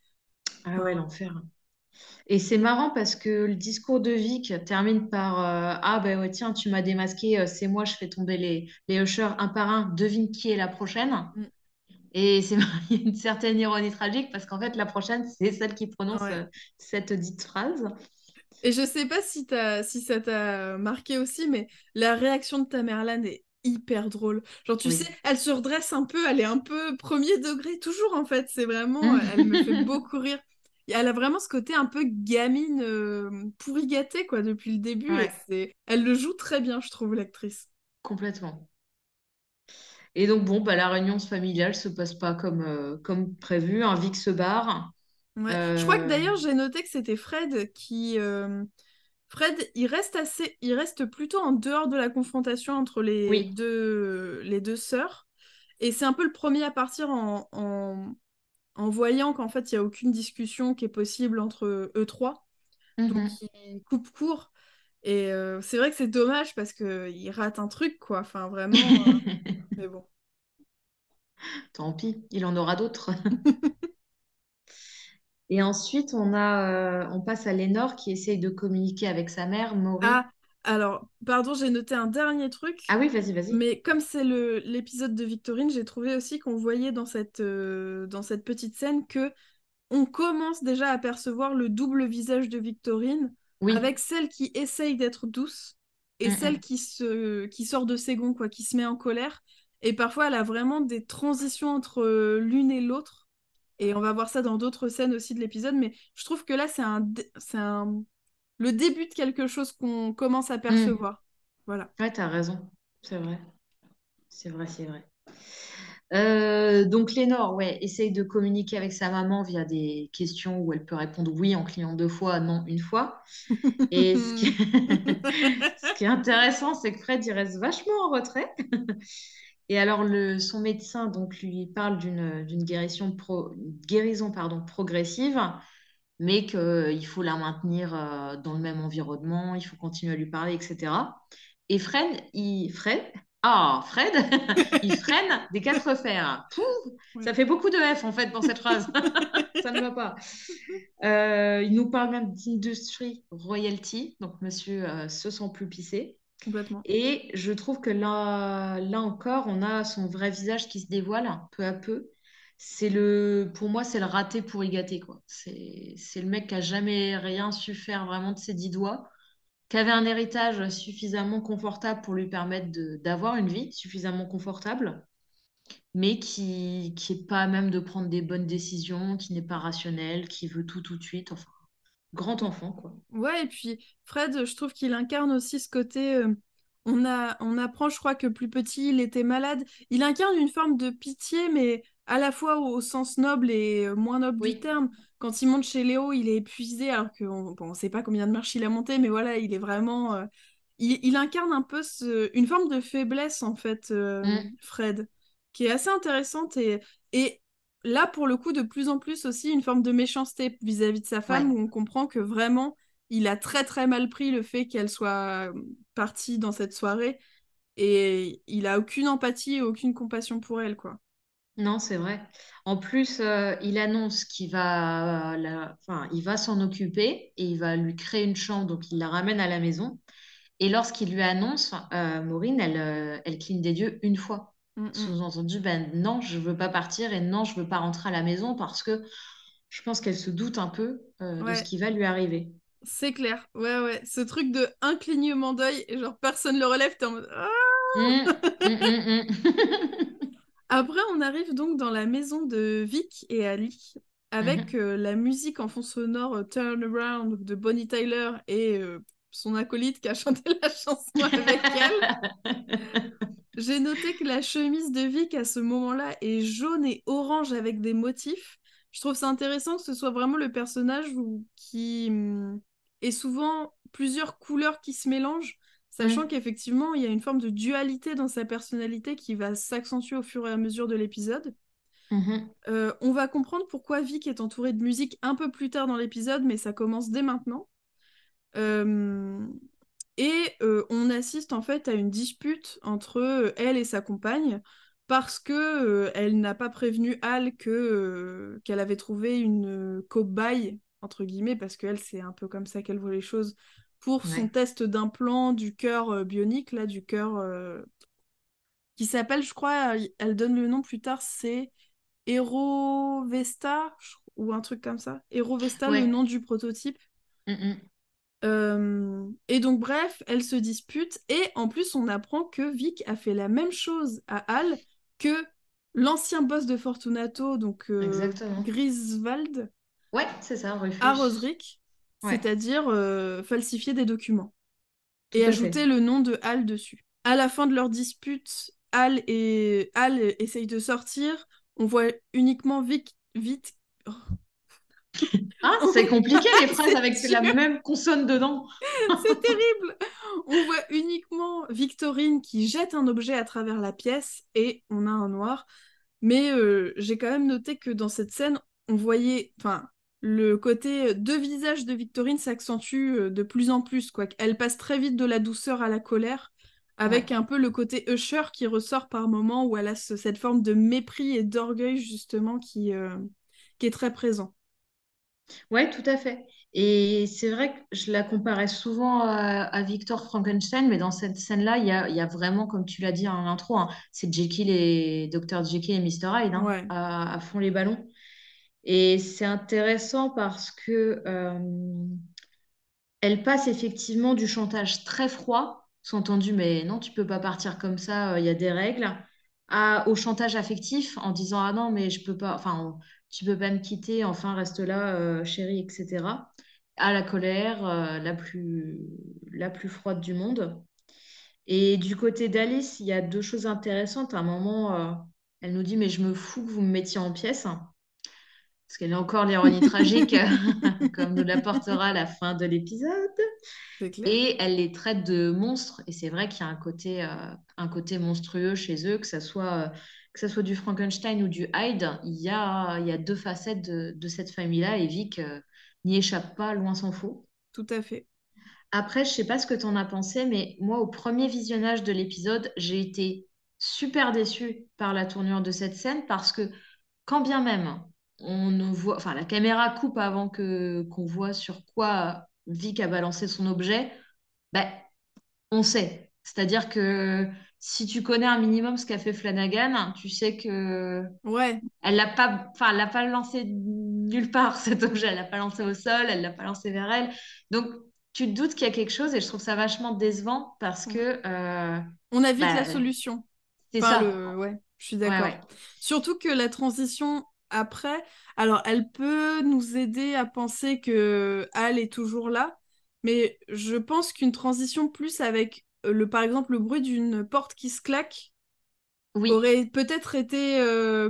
Ah ouais, Enfin, l'enfer. Et c'est marrant parce que le discours de Vic termine par ah ben ouais, tiens, tu m'as démasqué, c'est moi, je fais tomber les ushers un par un, devine qui est la prochaine. mm, Et c'est il y a une certaine ironie tragique parce qu'en fait, la prochaine, c'est celle qui prononce ouais. cette dite phrase. Et je sais pas si ça t'a marqué aussi, mais la réaction de Tamerlan est hyper drôle. Genre, tu sais, Oui. elle se redresse un peu, elle est un peu premier degré, toujours en fait. C'est vraiment, elle me fait beaucoup rire. Et elle a vraiment ce côté un peu gamine pourri gâtée, quoi, depuis le début. Et Ouais, elle le joue très bien, je trouve, l'actrice. complètement. Et donc, bon, bah, la réunion familiale se passe pas comme prévu. Un Vic se barre. Ouais. Je crois que Euh, d'ailleurs, j'ai noté que c'était Fred qui. Fred, il reste plutôt en dehors de la confrontation entre oui. les deux sœurs. Et c'est un peu le premier à partir en voyant qu'en fait, il n'y a aucune discussion qui est possible entre eux trois. Donc, Mhm. il coupe court. Et c'est vrai que c'est dommage parce qu'il rate un truc, quoi. Enfin, vraiment. Mais bon. Tant pis, il en aura d'autres. Et ensuite, on passe à Lénore qui essaye de communiquer avec sa mère, Maury. Ah, alors, pardon, j'ai noté un dernier Ah truc. oui, vas-y, vas-y. Mais comme c'est l'épisode de Victorine, j'ai trouvé aussi qu'on voyait dans cette petite scène que on commence déjà à percevoir le double visage de Victorine Oui. avec celle qui essaye d'être douce et Mm, celle mm. qui sort de ses gonds, quoi, qui se met en colère. Et parfois, elle a vraiment des transitions entre l'une et l'autre. Et on va voir ça dans d'autres scènes aussi de l'épisode, mais je trouve que là, le début de quelque chose qu'on commence à Mm. percevoir. Voilà. Ouais, t'as raison. C'est vrai. C'est vrai, c'est vrai. Donc Lénore, ouais, essaye de communiquer avec sa maman via des questions où elle peut répondre oui en clignant 2 fois, non une fois. Et ce qui est intéressant, c'est que Fred, il reste vachement en retrait. Et alors, son médecin donc, lui parle d'une guérison pardon, progressive, mais qu'il faut la maintenir dans le même environnement, il faut continuer à lui parler, etc. Et Fred, il freine des 4 fers. Pouf, Ouais. ça fait beaucoup de F en fait dans cette phrase. Ça ne va pas. Il nous parle même d'industry royalty, donc monsieur se sent plus pissé. Complètement. Et je trouve que là encore, on a son vrai visage qui se dévoile peu à peu. Pour moi, c'est le raté pour y gâter, quoi. C'est le mec qui a jamais rien su faire vraiment de ses 10 doigts, qui avait un héritage suffisamment confortable pour lui permettre d'avoir une vie suffisamment confortable, mais qui est pas à même de prendre des bonnes décisions, qui n'est pas rationnel, qui veut tout de suite. Enfin, grand enfant, quoi. Ouais, et puis Fred, je trouve qu'il incarne aussi ce côté. On apprend, je crois, que plus petit, il était malade. Il incarne une forme de pitié, mais à la fois au sens noble et moins noble du Oui. terme. Quand il monte chez Léo, il est épuisé, alors qu'on bon, on sait pas combien de marches il a monté, mais voilà, il est vraiment. Il incarne un peu une forme de faiblesse, en fait, Mm, Fred, qui est assez intéressante et là, pour le coup, de plus en plus aussi une forme de méchanceté vis-à-vis de sa femme, ouais. où on comprend que vraiment il a très très mal pris le fait qu'elle soit partie dans cette soirée et il a aucune empathie et aucune compassion pour elle, quoi. Non, c'est vrai. En plus, il annonce qu'il va, enfin, il va s'en occuper et il va lui créer une chambre, donc il la ramène à la maison. Et lorsqu'il lui annonce, Maureen, elle cligne des yeux une fois. Mm, mm. Sous-entendu, ben non, je veux pas partir et non, je veux pas rentrer à la maison parce que je pense qu'elle se doute un peu de ce Ouais, qui va lui arriver. c'est clair. Ouais, ouais. Ce truc de un clignement d'œil et genre personne le relève, t'es en mode Ah. Hum, hum. Après, on arrive donc dans la maison de Vic et Ali avec Mhm. la musique en fond sonore Turn Around de Bonnie Tyler et son acolyte qui a chanté la chanson avec elle. J'ai noté que la chemise de Vic à ce moment-là est jaune et orange avec des motifs. Je trouve ça intéressant que ce soit vraiment le personnage qui est souvent plusieurs couleurs qui se mélangent, sachant Hum, qu'effectivement, il y a une forme de dualité dans sa personnalité qui va s'accentuer au fur et à mesure de l'épisode. mhm. On va comprendre pourquoi Vic est entouré de musique un peu plus tard dans l'épisode, mais ça commence dès maintenant. Euh, on assiste en fait à une dispute entre elle et sa compagne parce que elle n'a pas prévenu Al qu'elle avait trouvé une cobaye entre guillemets parce qu'elle c'est un peu comme ça qu'elle voit les choses pour son Ouais. test d'implant du cœur bionique là du cœur qui s'appelle je crois elle donne le nom plus tard c'est Hero Vesta ou un truc comme ça Hero Vesta le Ouais. nom du prototype. Hum. Et donc, bref, elles se disputent. Et en plus, on apprend que Vic a fait la même chose à Hal que l'ancien boss de Fortunato, donc Exactement. Griswald, Ouais, c'est ça, à Rufus. Roserick, Ouais, c'est-à-dire falsifier des documents tout et à ajouter fait. le nom de Hal dessus. À la fin de leur dispute, Hal essaye de sortir. On voit uniquement Vic vite. Oh. Ah, c'est compliqué les phrases C'est avec la dur. même consonne dedans. C'est terrible. On voit uniquement Victorine qui jette un objet à travers la pièce et on a un noir. Mais j'ai quand même noté que dans cette scène, on voyait, enfin, le côté deux visages de Victorine s'accentue de plus en plus, quoi. Elle passe très vite de la douceur à la colère, Ouais. avec un peu le côté Usher qui ressort par moments où elle a cette forme de mépris et d'orgueil justement qui est très présent. Ouais, tout à fait. Et c'est vrai que je la comparais souvent à Victor Frankenstein, mais dans cette scène-là, il y a vraiment, comme tu l'as dit en intro, hein, c'est Jekyll et Dr. Jekyll et Mr. Hyde hein, Ouais, à fond les ballons. Et c'est intéressant parce que elle passe effectivement du chantage très froid, sous-entendu, mais non, tu peux pas partir comme ça, il y a des règles, au chantage affectif en disant ah non mais je peux pas, enfin tu peux pas me quitter, enfin reste là chérie, etc. À la colère la plus froide du monde. Et du côté d'Alice, il y a deux choses intéressantes. À un moment, elle nous dit mais je me fous que vous me mettiez en pièces. Parce qu'elle a encore l'ironie tragique, comme nous l'apportera la fin de l'épisode. C'est clair. Et elle les traite de monstres. Et c'est vrai qu'il y a un côté monstrueux chez eux, que ça soit du Frankenstein ou du Hyde. Il y a deux facettes de cette famille-là. Et Vic n'y échappe pas, loin s'en faut. Tout à fait. Après, je sais pas ce que tu en as pensé, mais moi, au premier visionnage de l'épisode, j'ai été super déçue par la tournure de cette scène parce que quand bien même on ne voit, enfin la caméra coupe avant que qu'on voit sur quoi Vic a balancé son objet, ben, on sait. C'est-à-dire que si tu connais un minimum ce qu'a fait Flanagan, tu sais que Ouais, elle l'a pas lancé nulle part cet objet, elle l'a pas lancé au sol, elle l'a pas lancé vers elle. Donc tu te doutes qu'il y a quelque chose et je trouve ça vachement décevant parce que on a vite la bah, solution. c'est Enfin, ça. ouais, je suis Ouais, d'accord. ouais. Surtout que la transition après, alors elle peut nous aider à penser que Al est toujours là, mais je pense qu'une transition plus avec par exemple, le bruit d'une porte qui se claque Oui, aurait peut-être été,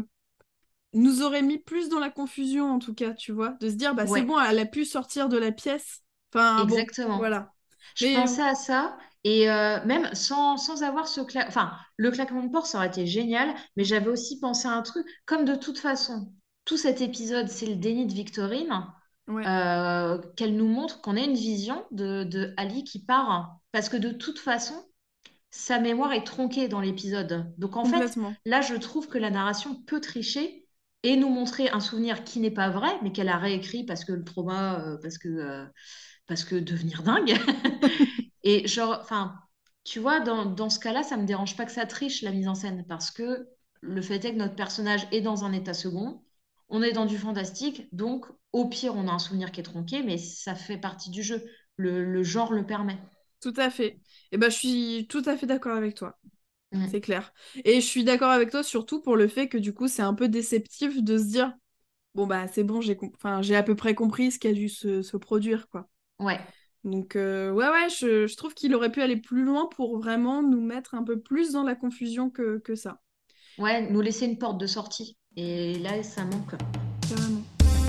nous aurait mis plus dans la confusion en tout cas, tu vois, de se dire bah c'est ouais, bon, elle a pu sortir de la pièce. Enfin bon, exactement. voilà. Je Mais pensais à ça et même sans avoir enfin, le claquement de porte, ça aurait été génial, mais j'avais aussi pensé à un truc, comme de toute façon, tout cet épisode, c'est le déni de Victorine, ouais, qu'elle nous montre qu'on a une vision de Ali qui part, parce que de toute façon, sa mémoire est tronquée dans l'épisode. Donc en fait, complètement. là, je trouve que la narration peut tricher et nous montrer un souvenir qui n'est pas vrai, mais qu'elle a réécrit parce que le trauma, parce que devenir dingue. Et genre, enfin, tu vois, dans ce cas-là, ça me dérange pas que ça triche la mise en scène parce que le fait est que notre personnage est dans un état second, on est dans du fantastique, donc au pire, on a un souvenir qui est tronqué, mais ça fait partie du jeu. Le genre le permet. Tout à fait. Et ben je suis tout à fait d'accord avec toi. C'est Mm. clair. Et je suis d'accord avec toi surtout pour le fait que du coup, c'est un peu déceptif de se dire, bon bah c'est bon, enfin, j'ai à peu près compris ce qui a dû se produire, quoi. Ouais. Donc ouais, je trouve qu'il aurait pu aller plus loin pour vraiment nous mettre un peu plus dans la confusion que ça. Ouais, nous laisser une porte de sortie. Et là, ça manque. Carrément.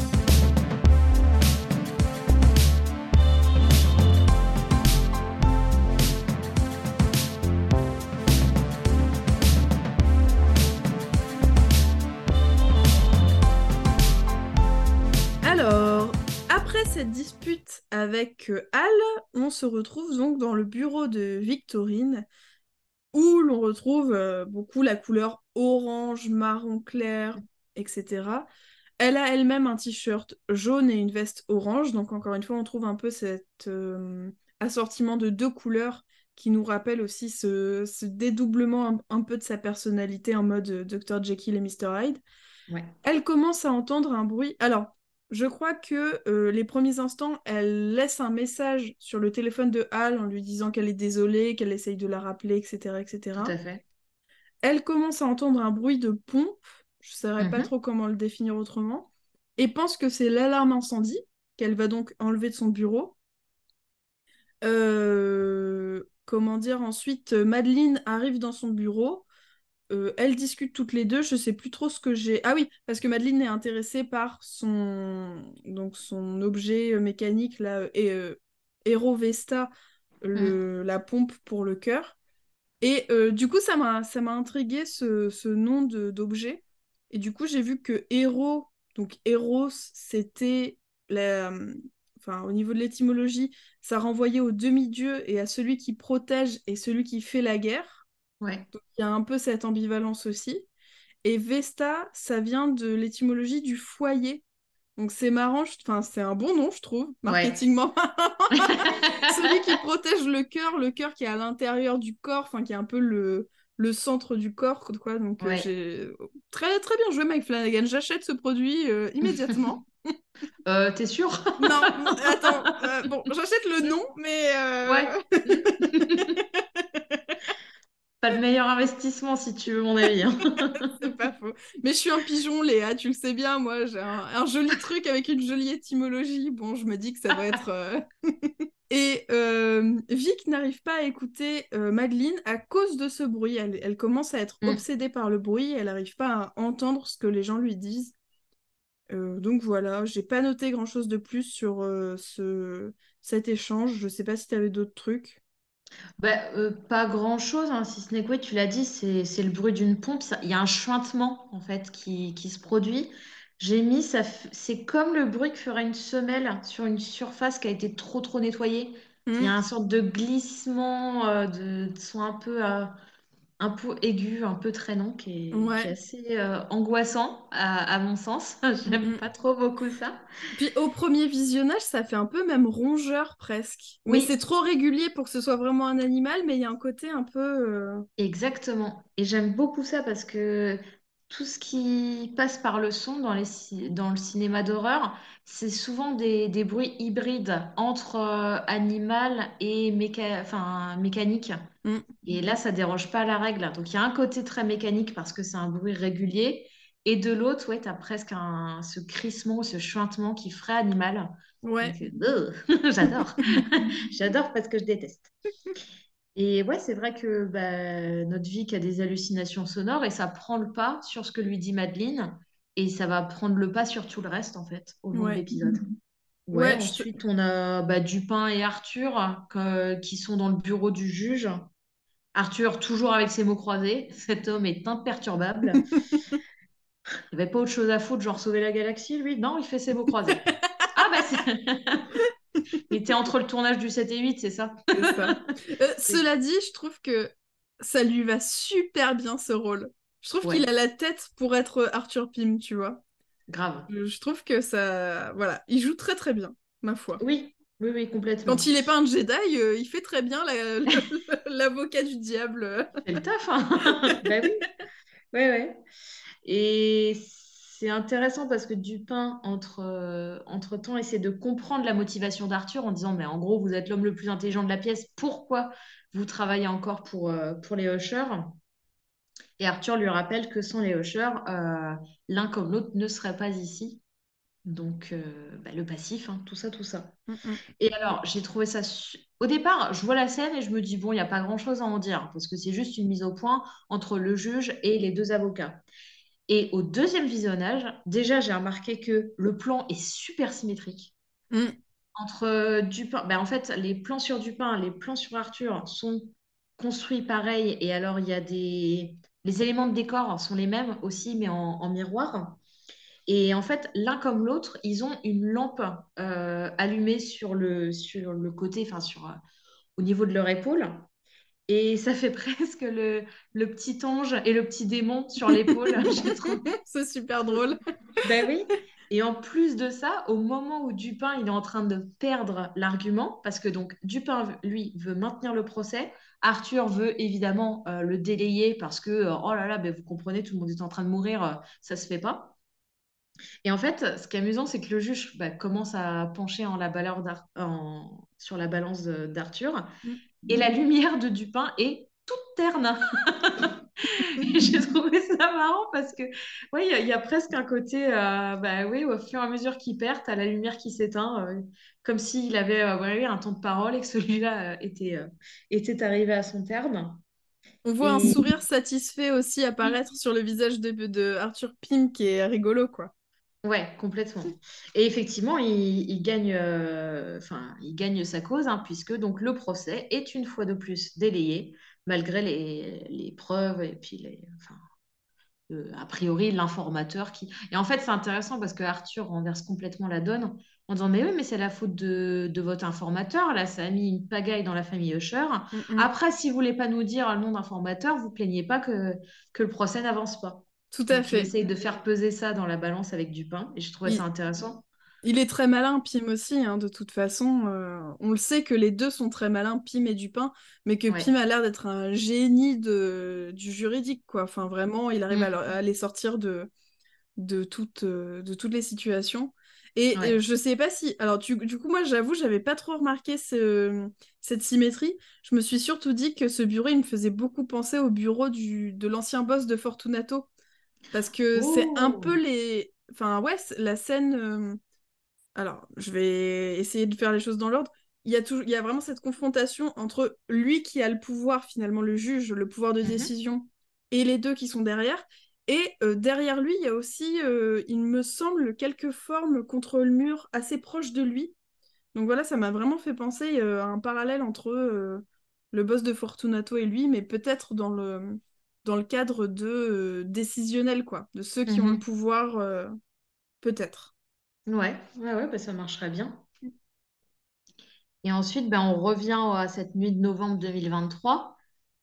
Alors, après cette dispute avec Al, on se retrouve donc dans le bureau de Victorine, où l'on retrouve beaucoup la couleur orange, marron clair, etc. Elle a elle-même un t-shirt jaune et une veste orange, donc encore une fois, on trouve un peu cet assortiment de deux couleurs qui nous rappelle aussi ce dédoublement un peu de sa personnalité en mode Dr. Jekyll et Mr. Hyde. Ouais. Elle commence à entendre un bruit. Alors, je crois que les premiers instants, elle laisse un message sur le téléphone de Hal en lui disant qu'elle est désolée, qu'elle essaye de la rappeler, etc., Tout à etc. fait. Elle commence à entendre un bruit de pompe, je ne saurais pas Mhm. trop comment le définir autrement, et pense que c'est l'alarme incendie qu'elle va donc enlever de son bureau. Comment dire, ensuite, Madeleine arrive dans son bureau. Elles discutent toutes les deux, je sais plus trop ce que j'ai. Ah oui, parce que Madeleine est intéressée par son objet mécanique, là, Hero Vesta, Mm. la pompe pour le cœur. Et du coup, ça m'a intrigué ce nom d'objet. Et du coup, j'ai vu que Hero, donc Eros, c'était la, enfin, au niveau de l'étymologie, ça renvoyait au demi-dieu et à celui qui protège et celui qui fait la guerre. Ouais. Donc il y a un peu cette ambivalence aussi. Et Vesta, ça vient de l'étymologie du foyer. Donc c'est marrant, enfin, c'est un bon nom, je trouve, Ouais. marketingment. Celui qui protège le cœur qui est à l'intérieur du corps, enfin qui est un peu le centre du corps, quoi. Donc Ouais. j'ai très très bien joué Mike Flanagan. J'achète ce produit immédiatement. T'es sûr? Non, attends, bon, j'achète le nom, mais Ouais. Pas le meilleur investissement, si tu veux mon avis. Hein. C'est pas faux. Mais je suis un pigeon, Léa, tu le sais bien, moi, j'ai un joli truc avec une jolie étymologie. Bon, je me dis que ça va être... Et Vic n'arrive pas à écouter Madeleine à cause de ce bruit. Elle commence à être obsédée par le bruit, elle n'arrive pas à entendre ce que les gens lui disent. Donc voilà, j'ai pas noté grand-chose de plus sur cet échange. Je sais pas si tu avais d'autres trucs. Pas grand-chose, hein, si ce n'est que, oui, tu l'as dit, c'est le bruit d'une pompe. Il y a un chuintement, en fait, qui se produit. J'ai mis, c'est comme le bruit que ferait une semelle sur une surface qui a été trop nettoyée. Il y a Hmm. une sorte de glissement, de son un peu aigu, un peu traînant, qui est Ouais. assez angoissant, à mon sens. Hmm, J'aime hmm. pas trop beaucoup ça. Puis au premier visionnage, ça fait un peu même rongeur presque. Mais c'est Oui, trop régulier pour que ce soit vraiment un animal, mais il y a un côté un peu... exactement. Et j'aime beaucoup ça parce que tout ce qui passe par le son dans le cinéma d'horreur, c'est souvent des bruits hybrides entre animal et mécanique. hmm. Et là, ça déroge pas à la règle. Donc il y a un côté très mécanique parce que c'est un bruit régulier. Et de l'autre, ouais, tu as presque ce crissement, ce chuintement qui ferait animal. Ouais. Donc, j'adore. J'adore parce que je déteste. Et ouais, c'est vrai que notre vie a des hallucinations sonores et ça prend le pas sur ce que lui dit Madeleine et ça va prendre le pas sur tout le reste en fait au long de Ouais. l'épisode. Ouais, Ouais, ensuite on a Dupin et Arthur qui sont dans le bureau du juge. Arthur toujours avec ses mots croisés. Cet homme est imperturbable. Il n'avait pas autre chose à foutre, genre sauver la galaxie, lui? Non, il fait ses mots croisés. Ah bah c'est... Il était entre le tournage du 7 et 8, c'est ça? C'est ça. C'est... Cela dit, je trouve que ça lui va super bien ce rôle. Je trouve qu'il Ouais, a la tête pour être Arthur Pym, tu vois. grave. Je trouve que ça... Voilà, il joue très très bien, ma foi. Oui, oui, oui, Quand complètement. il n'est pas un Jedi, il fait très bien l'avocat du diable. Il fait le taf, hein. Bah oui, ouais, ouais. Et c'est intéressant parce que Dupin, entre-temps, essaie de comprendre la motivation d'Arthur en disant, mais en gros, vous êtes l'homme le plus intelligent de la pièce, pourquoi vous travaillez encore pour les Hushers? Et Arthur lui rappelle que sans les Hushers, l'un comme l'autre ne serait pas ici. Donc, le passif, hein, tout ça, tout ça. Mm, mm. Et alors, j'ai trouvé ça... Au départ, je vois la scène et je me dis, bon, il n'y a pas grand-chose à en dire, parce que c'est juste une mise au point entre le juge et les deux avocats. Et au deuxième visionnage, déjà, j'ai remarqué que le plan est super symétrique. Mm. Entre Dupin, en fait, les plans sur Dupin, les plans sur Arthur sont construits pareil. Et alors, il y a des... Les éléments de décor sont les mêmes aussi, mais en miroir. Et en fait, l'un comme l'autre, ils ont une lampe allumée sur le côté, au niveau de leur épaule. Et ça fait presque le petit ange et le petit démon sur l'épaule, je trouve. C'est super drôle. Ben oui. Et en plus de ça, au moment où Dupin il est en train de perdre l'argument, parce que donc Dupin, lui, veut maintenir le procès, Arthur veut évidemment le délayer parce que, oh là là, ben, vous comprenez, tout le monde est en train de mourir, ça se fait pas. Et en fait, ce qui est amusant, c'est que le juge commence à pencher sur la balance d'Arthur, Mm. et la lumière de Dupin est toute terne. Et j'ai trouvé ça marrant parce que, ouais, il y a presque un côté, oui, au fur et à mesure qu'il perd, t'as la lumière qui s'éteint, comme s'il avait ouais, un temps de parole et que celui-là était arrivé à son terme. On voit un Et sourire satisfait aussi oui, apparaître sur le visage de Arthur Pym qui est rigolo, quoi. ouais, complètement. Et effectivement, il gagne sa cause, hein, puisque donc le procès est une fois de plus délayé, malgré les preuves et puis a priori l'informateur qui. Et en fait, c'est intéressant parce que Arthur renverse complètement la donne en disant, mais oui, mais c'est la faute de votre informateur. Là, ça a mis une pagaille dans la famille Usher. Mm, mm. Après, si vous voulez pas nous dire le nom d'informateur, vous plaignez pas que le procès n'avance pas. Tout à Donc, il fait. essaye de faire peser ça dans la balance avec Dupin, et je trouvais ça Il, intéressant. il est très malin, Pym aussi, hein, de toute façon. On le sait que les deux sont très malins, Pym et Dupin, mais que Ouais. Pym a l'air d'être un génie du juridique, quoi. Enfin, vraiment, il arrive Mm. à les sortir de toutes les situations. Et Ouais. je sais pas si... Alors, du coup, moi, j'avoue, j'avais pas trop remarqué cette symétrie. Je me suis surtout dit que ce bureau, il me faisait beaucoup penser au bureau de l'ancien boss de Fortunato. Parce que c'est un peu Oh. les... Enfin, ouais, la scène... Alors, je vais essayer de faire les choses dans l'ordre. Il y a vraiment cette confrontation entre lui qui a le pouvoir, finalement, le juge, le pouvoir de Mhm. décision, et les deux qui sont derrière. Et derrière lui, il y a aussi, il me semble, quelques formes contre le mur assez proches de lui. Donc voilà, ça m'a vraiment fait penser à un parallèle entre le boss de Fortunato et lui, mais peut-être dans le cadre de décisionnel, quoi, de ceux qui ont le Mhm. pouvoir, peut-être. Ouais, ouais, ouais, bah, ça marcherait bien. Et ensuite, ben, on revient à cette nuit de novembre 2023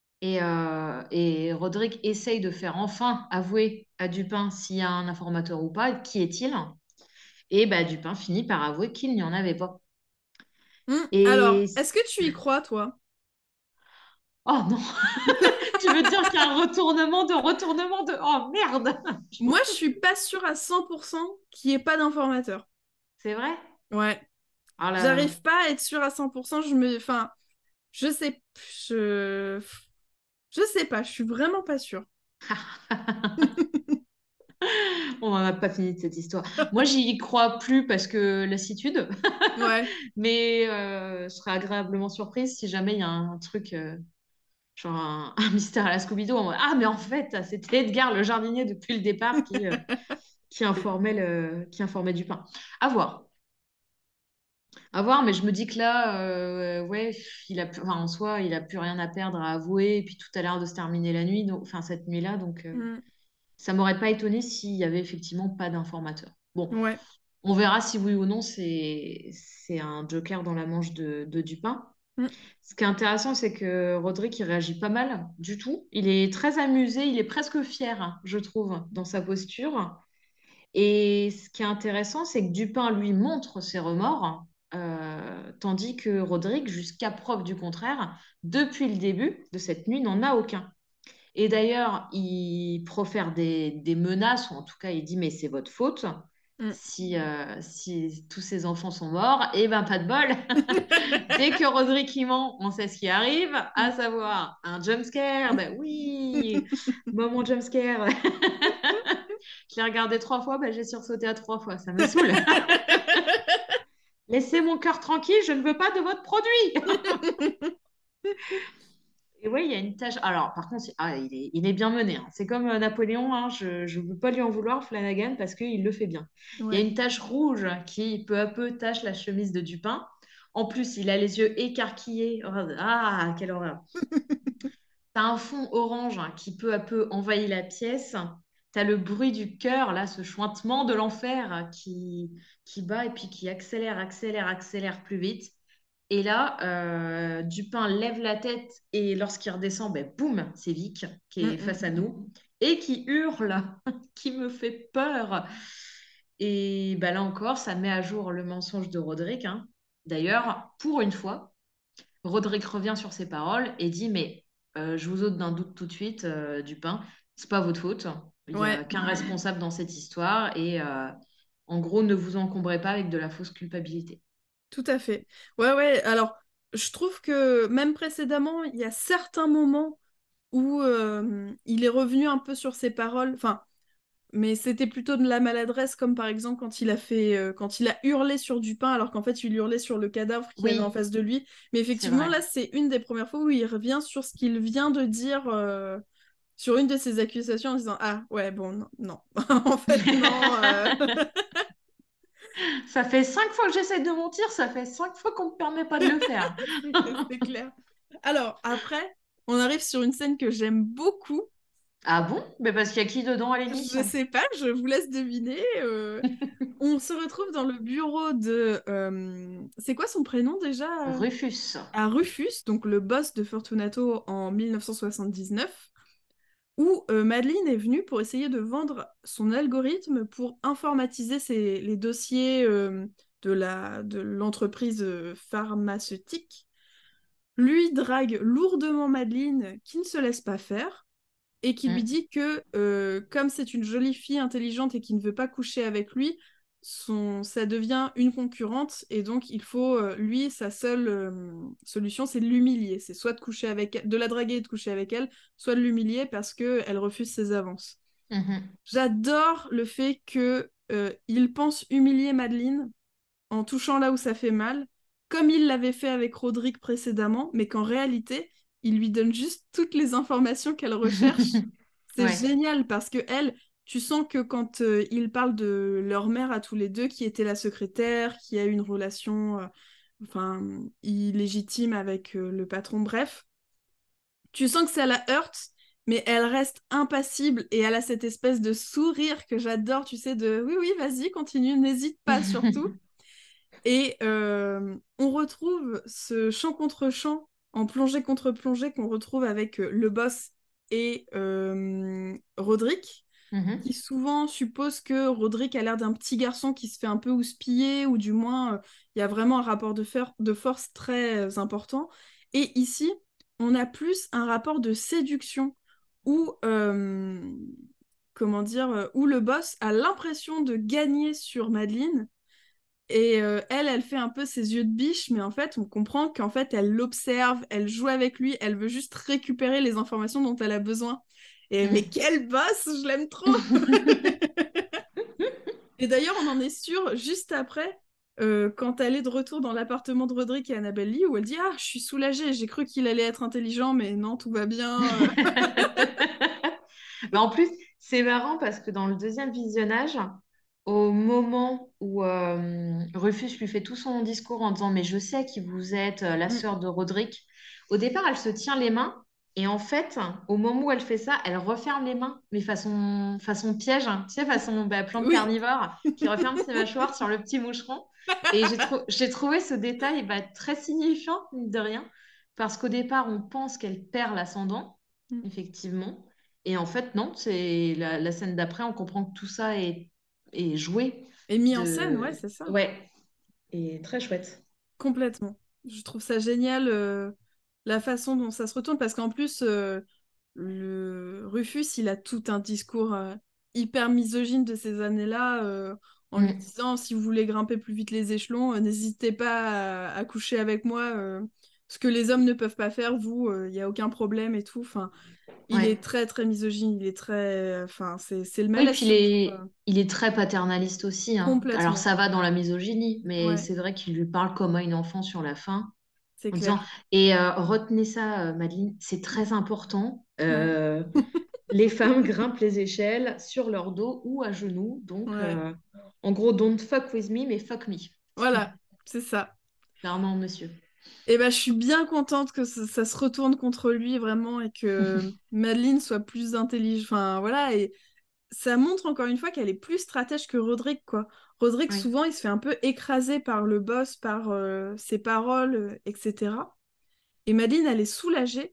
et Roderick essaye de faire enfin avouer à Dupin s'il y a un informateur ou pas, qui est-il? Et ben, Dupin finit par avouer qu'il n'y en avait pas. Alors, Et... est-ce que tu y crois, toi? Oh non, tu veux dire qu'il y a un retournement de... Oh merde! Moi, je suis pas sûre à 100% qu'il n'y ait pas d'informateur. C'est vrai? Ouais. Oh là là. J'arrive pas à être sûre à 100%. Enfin, je sais... Je... je sais pas, je suis vraiment pas sûre. On n'en a pas fini de cette histoire. Moi, j'y crois plus parce que lassitude, Ouais. mais je serais agréablement surprise si jamais il y a un truc, genre un mystère à la Scooby-Doo. Ah, mais en fait, c'était Edgar, le jardinier, depuis le départ, qui informait Dupin. À voir. À voir, mais je me dis que là, ouais, enfin, en soi, il a plus rien à perdre à avouer, et puis tout a l'air de se terminer la nuit, enfin cette nuit-là, donc Mm. ça m'aurait pas étonné s'il y avait effectivement pas d'informateur. Bon, Ouais. on verra si oui ou non c'est un joker dans la manche de Dupin. Mm. Ce qui est intéressant, c'est que Roderick, il réagit pas mal du tout. Il est très amusé, il est presque fier, hein, je trouve, dans sa posture. Et ce qui est intéressant, c'est que Dupin lui montre ses remords, tandis que Roderick, jusqu'à preuve du contraire, depuis le début de cette nuit, n'en a aucun. Et d'ailleurs, il profère des menaces, ou en tout cas, il dit, mais c'est votre faute. Mm. Si tous ces enfants sont morts, eh ben pas de bol. Dès que Roderick y ment, on sait ce qui arrive, à savoir un jumpscare. Ben oui, moment jumpscare. Je l'ai regardé 3 fois, ben j'ai sursauté à 3 fois. Ça me saoule. Laissez mon cœur tranquille, je ne veux pas de votre produit. Et oui, il y a une tâche. Alors, par contre, il est bien mené, hein. C'est comme Napoléon, hein. Je ne veux pas lui en vouloir, Flanagan, parce qu'il le fait bien. Il y a Ouais. une tache rouge qui, peu à peu, tache la chemise de Dupin. En plus, il a les yeux écarquillés. Oh, ah, quelle horreur. T'as un fond orange, hein, qui, peu à peu, envahit la pièce. T'as le bruit du cœur, là, ce chuintement de l'enfer, qui bat et puis qui accélère, accélère, accélère plus vite. Et là, Dupin lève la tête et lorsqu'il redescend, ben, boum, c'est Vic qui Mm, est mm, face à mm. nous et qui hurle, qui me fait peur. Et ben, là encore, ça met à jour le mensonge de Roderick, hein. D'ailleurs, pour une fois, Roderick revient sur ses paroles et dit, mais je vous ôte d'un doute tout de suite, Dupin, c'est pas votre faute. Il n'y a Ouais, qu'un responsable dans cette histoire et en gros, ne vous encombrez pas avec de la fausse culpabilité. tout à fait. Ouais, ouais. Alors, je trouve que même précédemment, il y a certains moments où il est revenu un peu sur ses paroles. Enfin, mais c'était plutôt de la maladresse, comme par exemple quand il a hurlé sur Dupin, alors qu'en fait il hurlait sur le cadavre qu'il y avait en Oui, face de lui. Mais c'est effectivement, vrai. là, c'est une des premières fois où il revient sur ce qu'il vient de dire, sur une de ses accusations, en disant ah ouais bon non, non. En fait non. Ça fait 5 fois que j'essaie de mentir, ça fait 5 fois qu'on ne me permet pas de le faire. C'est clair. Alors après, on arrive sur une scène que j'aime beaucoup. Ah bon? Mais parce qu'il y a qui dedans à Je l'émission? sais pas, je vous laisse deviner. On se retrouve dans le bureau de... c'est quoi son prénom déjà? Rufus. À Rufus, donc le boss de Fortunato en 1979, où Madeleine est venue pour essayer de vendre son algorithme pour informatiser les dossiers de l'entreprise pharmaceutique. Lui drague lourdement Madeleine, qui ne se laisse pas faire, et qui lui Hmm. dit que comme c'est une jolie fille intelligente et qui ne veut pas coucher avec lui, ça devient une concurrente et donc il faut, lui, sa seule solution, c'est de l'humilier. C'est soit de coucher avec elle, de la draguer et de coucher avec elle, soit de l'humilier parce qu'elle refuse ses avances. J'adore le fait que il pense humilier Madeleine en touchant là où ça fait mal, comme il l'avait fait avec Roderick précédemment, mais qu'en réalité, il lui donne juste toutes les informations qu'elle recherche. C'est génial parce que elle, tu sens que quand ils parlent de leur mère à tous les deux, qui était la secrétaire, qui a eu une relation enfin, illégitime avec le patron, bref, tu sens que ça la heurte, mais elle reste impassible et elle a cette espèce de sourire que j'adore, tu sais, de oui, oui, vas-y, continue, n'hésite pas surtout. Et on retrouve ce chant contre chant en plongée contre plongée qu'on retrouve avec le boss et Roderick, qui souvent suppose que Roderick a l'air d'un petit garçon qui se fait un peu houspiller, ou du moins il y a vraiment un rapport de force très important. Et ici, on a plus un rapport de séduction où, comment dire, où le boss a l'impression de gagner sur Madeleine et elle fait un peu ses yeux de biche, mais en fait, on comprend qu'en fait, elle l'observe, elle joue avec lui, elle veut juste récupérer les informations dont elle a besoin. Et mais quel boss, je l'aime trop. Et d'ailleurs, on en est sûr juste après, quand elle est de retour dans l'appartement de Roderick et Annabelle Lee, où elle dit « Ah, je suis soulagée, j'ai cru qu'il allait être intelligent, mais non, tout va bien. » Bah, en plus, c'est marrant parce que dans le deuxième visionnage, au moment où Rufus lui fait tout son discours en disant « Mais je sais qui vous êtes, la sœur de Roderick », au départ, elle se tient les mains. Et en fait, au moment où elle fait ça, elle referme les mains, mais façon piège, hein, tu sais, façon plante carnivore, qui referme ses mâchoires sur le petit moucheron. Et j'ai trouvé ce détail très signifiant, mine de rien, parce qu'au départ, on pense qu'elle perd l'ascendant, effectivement. Et en fait, non, c'est la scène d'après, on comprend que tout ça est joué. Et mis en scène, ouais, c'est ça. Ouais, et très chouette. Complètement. Je trouve ça génial, la façon dont ça se retourne, parce qu'en plus, le Rufus, il a tout un discours hyper misogyne de ces années-là, en lui disant, si vous voulez grimper plus vite les échelons, n'hésitez pas à coucher avec moi, ce que les hommes ne peuvent pas faire, vous, il n'y a aucun problème et tout. Enfin, il est très, très misogyne, il est très... Enfin, c'est le mal Oui, à puis suivre. il est très paternaliste aussi, hein. Alors Complètement. ça va dans la misogynie, mais Ouais, c'est vrai qu'il lui parle comme à une enfant sur la fin, c'est en disant, clair. et retenez ça, Madeleine, c'est très important. Ouais. Les femmes grimpent les échelles sur leur dos ou à genoux. Donc, Ouais. en gros, don't fuck with me, mais fuck me. Voilà, c'est ça. Clairement, monsieur. Et ben, je suis bien contente que ça se retourne contre lui vraiment et que Madeleine soit plus intelligente. Enfin, voilà, et ça montre encore une fois qu'elle est plus stratège que Roderick, quoi. Roderick, Oui, souvent, il se fait un peu écraser par le boss, par ses paroles, etc. Et Madeleine, elle est soulagée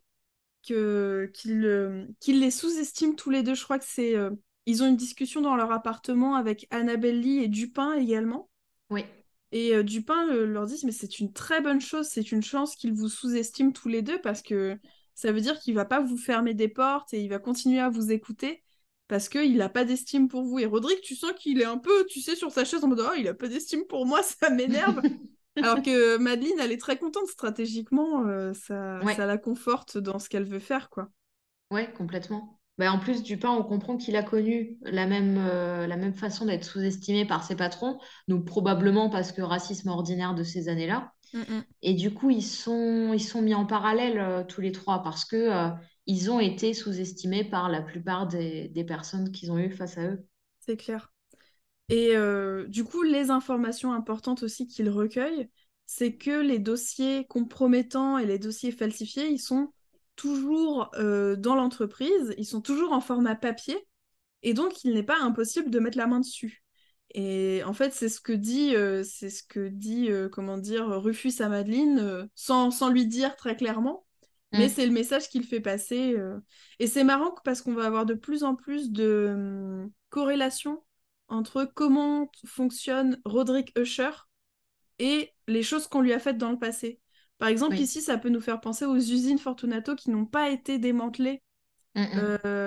qu'il les sous-estime tous les deux. Je crois que c'est... ils ont une discussion dans leur appartement avec Annabelle Lee et Dupin également. oui, Et Dupin leur dit, mais c'est une très bonne chose, c'est une chance qu'il vous sous-estime tous les deux parce que ça veut dire qu'il va pas vous fermer des portes et il va continuer à vous écouter parce qu'il n'a pas d'estime pour vous. Et Roderick, tu sens qu'il est un peu, tu sais, sur sa chaise en mode, oh, il a pas d'estime pour moi, ça m'énerve. Alors que Madeleine, elle est très contente stratégiquement, ça ouais, la conforte dans ce qu'elle veut faire, quoi. ouais, complètement. En plus, Dupin, on comprend qu'il a connu la même façon d'être sous-estimé par ses patrons, donc probablement parce que racisme ordinaire de ces années-là. Mm, mm, Et du coup, ils sont mis en parallèle tous les trois parce que ils ont été sous-estimés par la plupart des personnes qu'ils ont eues face à eux. c'est clair. Et du coup, les informations importantes aussi qu'il recueille, c'est que les dossiers compromettants et les dossiers falsifiés, ils sont toujours dans l'entreprise, ils sont toujours en format papier, et donc il n'est pas impossible de mettre la main dessus. Et en fait, c'est ce que dit, comment dire, Rufus à Madeleine, sans lui dire très clairement, mais Mm. c'est le message qu'il fait passer. Et c'est marrant parce qu'on va avoir de plus en plus de corrélations entre comment fonctionne Roderick Usher et les choses qu'on lui a faites dans le passé. Par exemple, Oui. ici, ça peut nous faire penser aux usines Fortunato qui n'ont pas été démantelées Mm, mm. euh,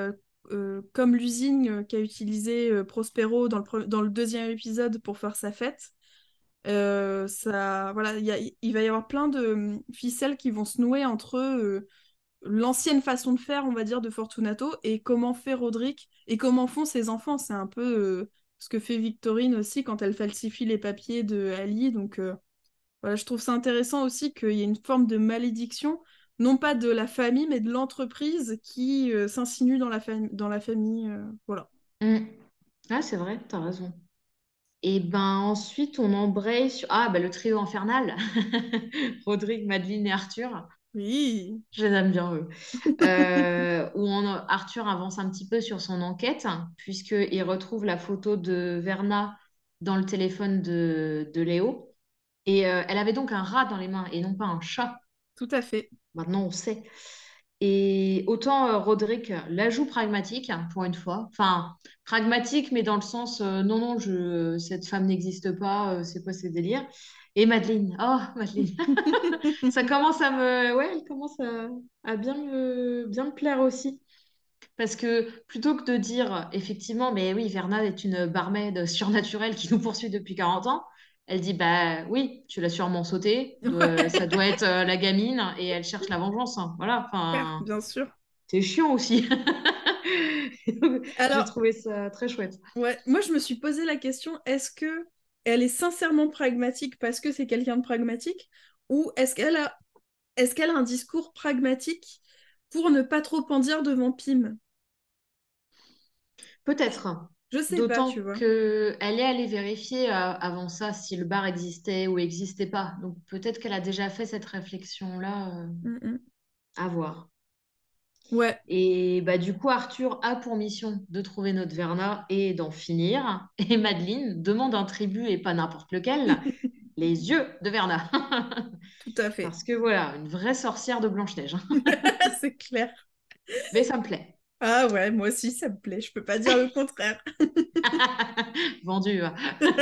comme l'usine qu'a utilisé Prospero dans le deuxième épisode pour faire sa fête. Ça, voilà, il va y avoir plein de ficelles qui vont se nouer entre l'ancienne façon de faire, on va dire, de Fortunato et comment fait Roderick et comment font ses enfants. C'est un peu ce que fait Victorine aussi quand elle falsifie les papiers de Ali. Donc voilà, je trouve ça intéressant aussi qu'il y ait une forme de malédiction, non pas de la famille, mais de l'entreprise qui s'insinue dans la famille. Voilà. Mm. Ah, c'est vrai, t'as raison. Et ben ensuite, on embraye sur le trio infernal. Rodrigue, Madeleine et Arthur. Oui, Je les aime bien, eux. Arthur avance un petit peu sur son enquête, puisqu'il retrouve la photo de Verna dans le téléphone de Léo. Et elle avait donc un rat dans les mains et non pas un chat. tout à fait. Maintenant, on sait. Et autant Roderick la joue pragmatique, hein, pour une fois. Enfin, pragmatique, mais dans le sens non, non, cette femme n'existe pas, c'est quoi ces délires? Et Madeleine, oh, Madeleine, ça commence à me. Ouais, elle commence à bien me plaire aussi. Parce que plutôt que de dire, effectivement, mais oui, Verna est une barmaid surnaturelle qui nous poursuit depuis 40 ans, elle dit, bah oui, tu l'as sûrement sauté, ça doit être la gamine et elle cherche la vengeance, hein. Voilà, Ouais, enfin, bien sûr. c'est chiant aussi. Donc, j'ai Alors, trouvé ça très chouette. ouais, moi je me suis posé la question, est-ce que elle est sincèrement pragmatique parce que c'est quelqu'un de pragmatique ou est-ce qu'elle a un discours pragmatique pour ne pas trop en dire devant Pym? Peut-être. Je sais pas, tu D'autant vois. qu'elle est allée vérifier avant ça si le bar existait ou existait pas. Donc peut-être qu'elle a déjà fait cette réflexion-là, Mm, à voir. ouais. Et bah, du coup, Arthur a pour mission de trouver notre Verna et d'en finir. Et Madeleine demande un tribut et pas n'importe lequel, les yeux de Verna. Tout à fait. Parce que voilà, une vraie sorcière de Blanche-Neige. C'est clair. Mais ça me plaît. Ah ouais, moi aussi ça me plaît, je peux pas dire le contraire. Vendu. Va.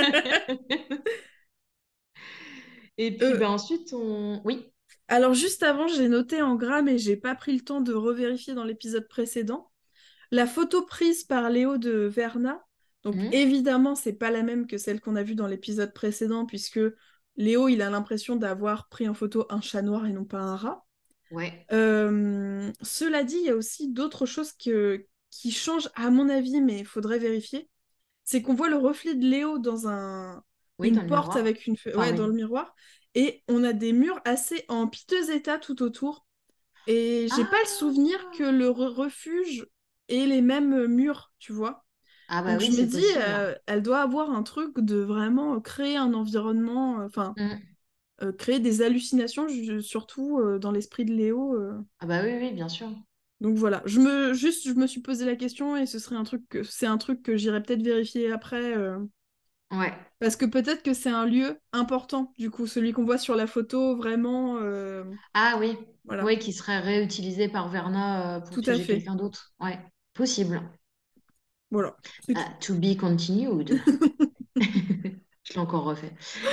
Et puis Euh, bah, ensuite, on. Oui. alors juste avant, j'ai noté en gras, mais j'ai pas pris le temps de revérifier dans l'épisode précédent. La photo prise par Léo de Verna, donc Hmm. évidemment, c'est pas la même que celle qu'on a vue dans l'épisode précédent, puisque Léo, il a l'impression d'avoir pris en photo un chat noir et non pas un rat. Ouais. Cela dit, il y a aussi d'autres choses qui changent, à mon avis, mais il faudrait vérifier. C'est qu'on voit le reflet de Léo dans Oui, dans une le porte miroir. avec Enfin, ouais, oui. dans le miroir, et on a des murs assez en piteux état tout autour. Et j'ai pas le souvenir Ah, que le refuge ait les mêmes murs, tu vois. ah bah Donc oui, je me c'est dis, possible. elle doit avoir un truc de vraiment créer un environnement, enfin, Hmm. créer des hallucinations, surtout dans l'esprit de Léo. Ah bah oui, oui, bien sûr. Donc voilà, je me suis posé la question et c'est un truc que j'irai peut-être vérifier après, Ouais. parce que peut-être que c'est un lieu important, du coup, celui qu'on voit sur la photo, vraiment, Ah oui. voilà, Oui, qui serait réutilisé par Verna pour tout à piéger fait. quelqu'un d'autre. Ouais. Possible. Voilà, c'est tout. To be continued. Je l'ai encore refait.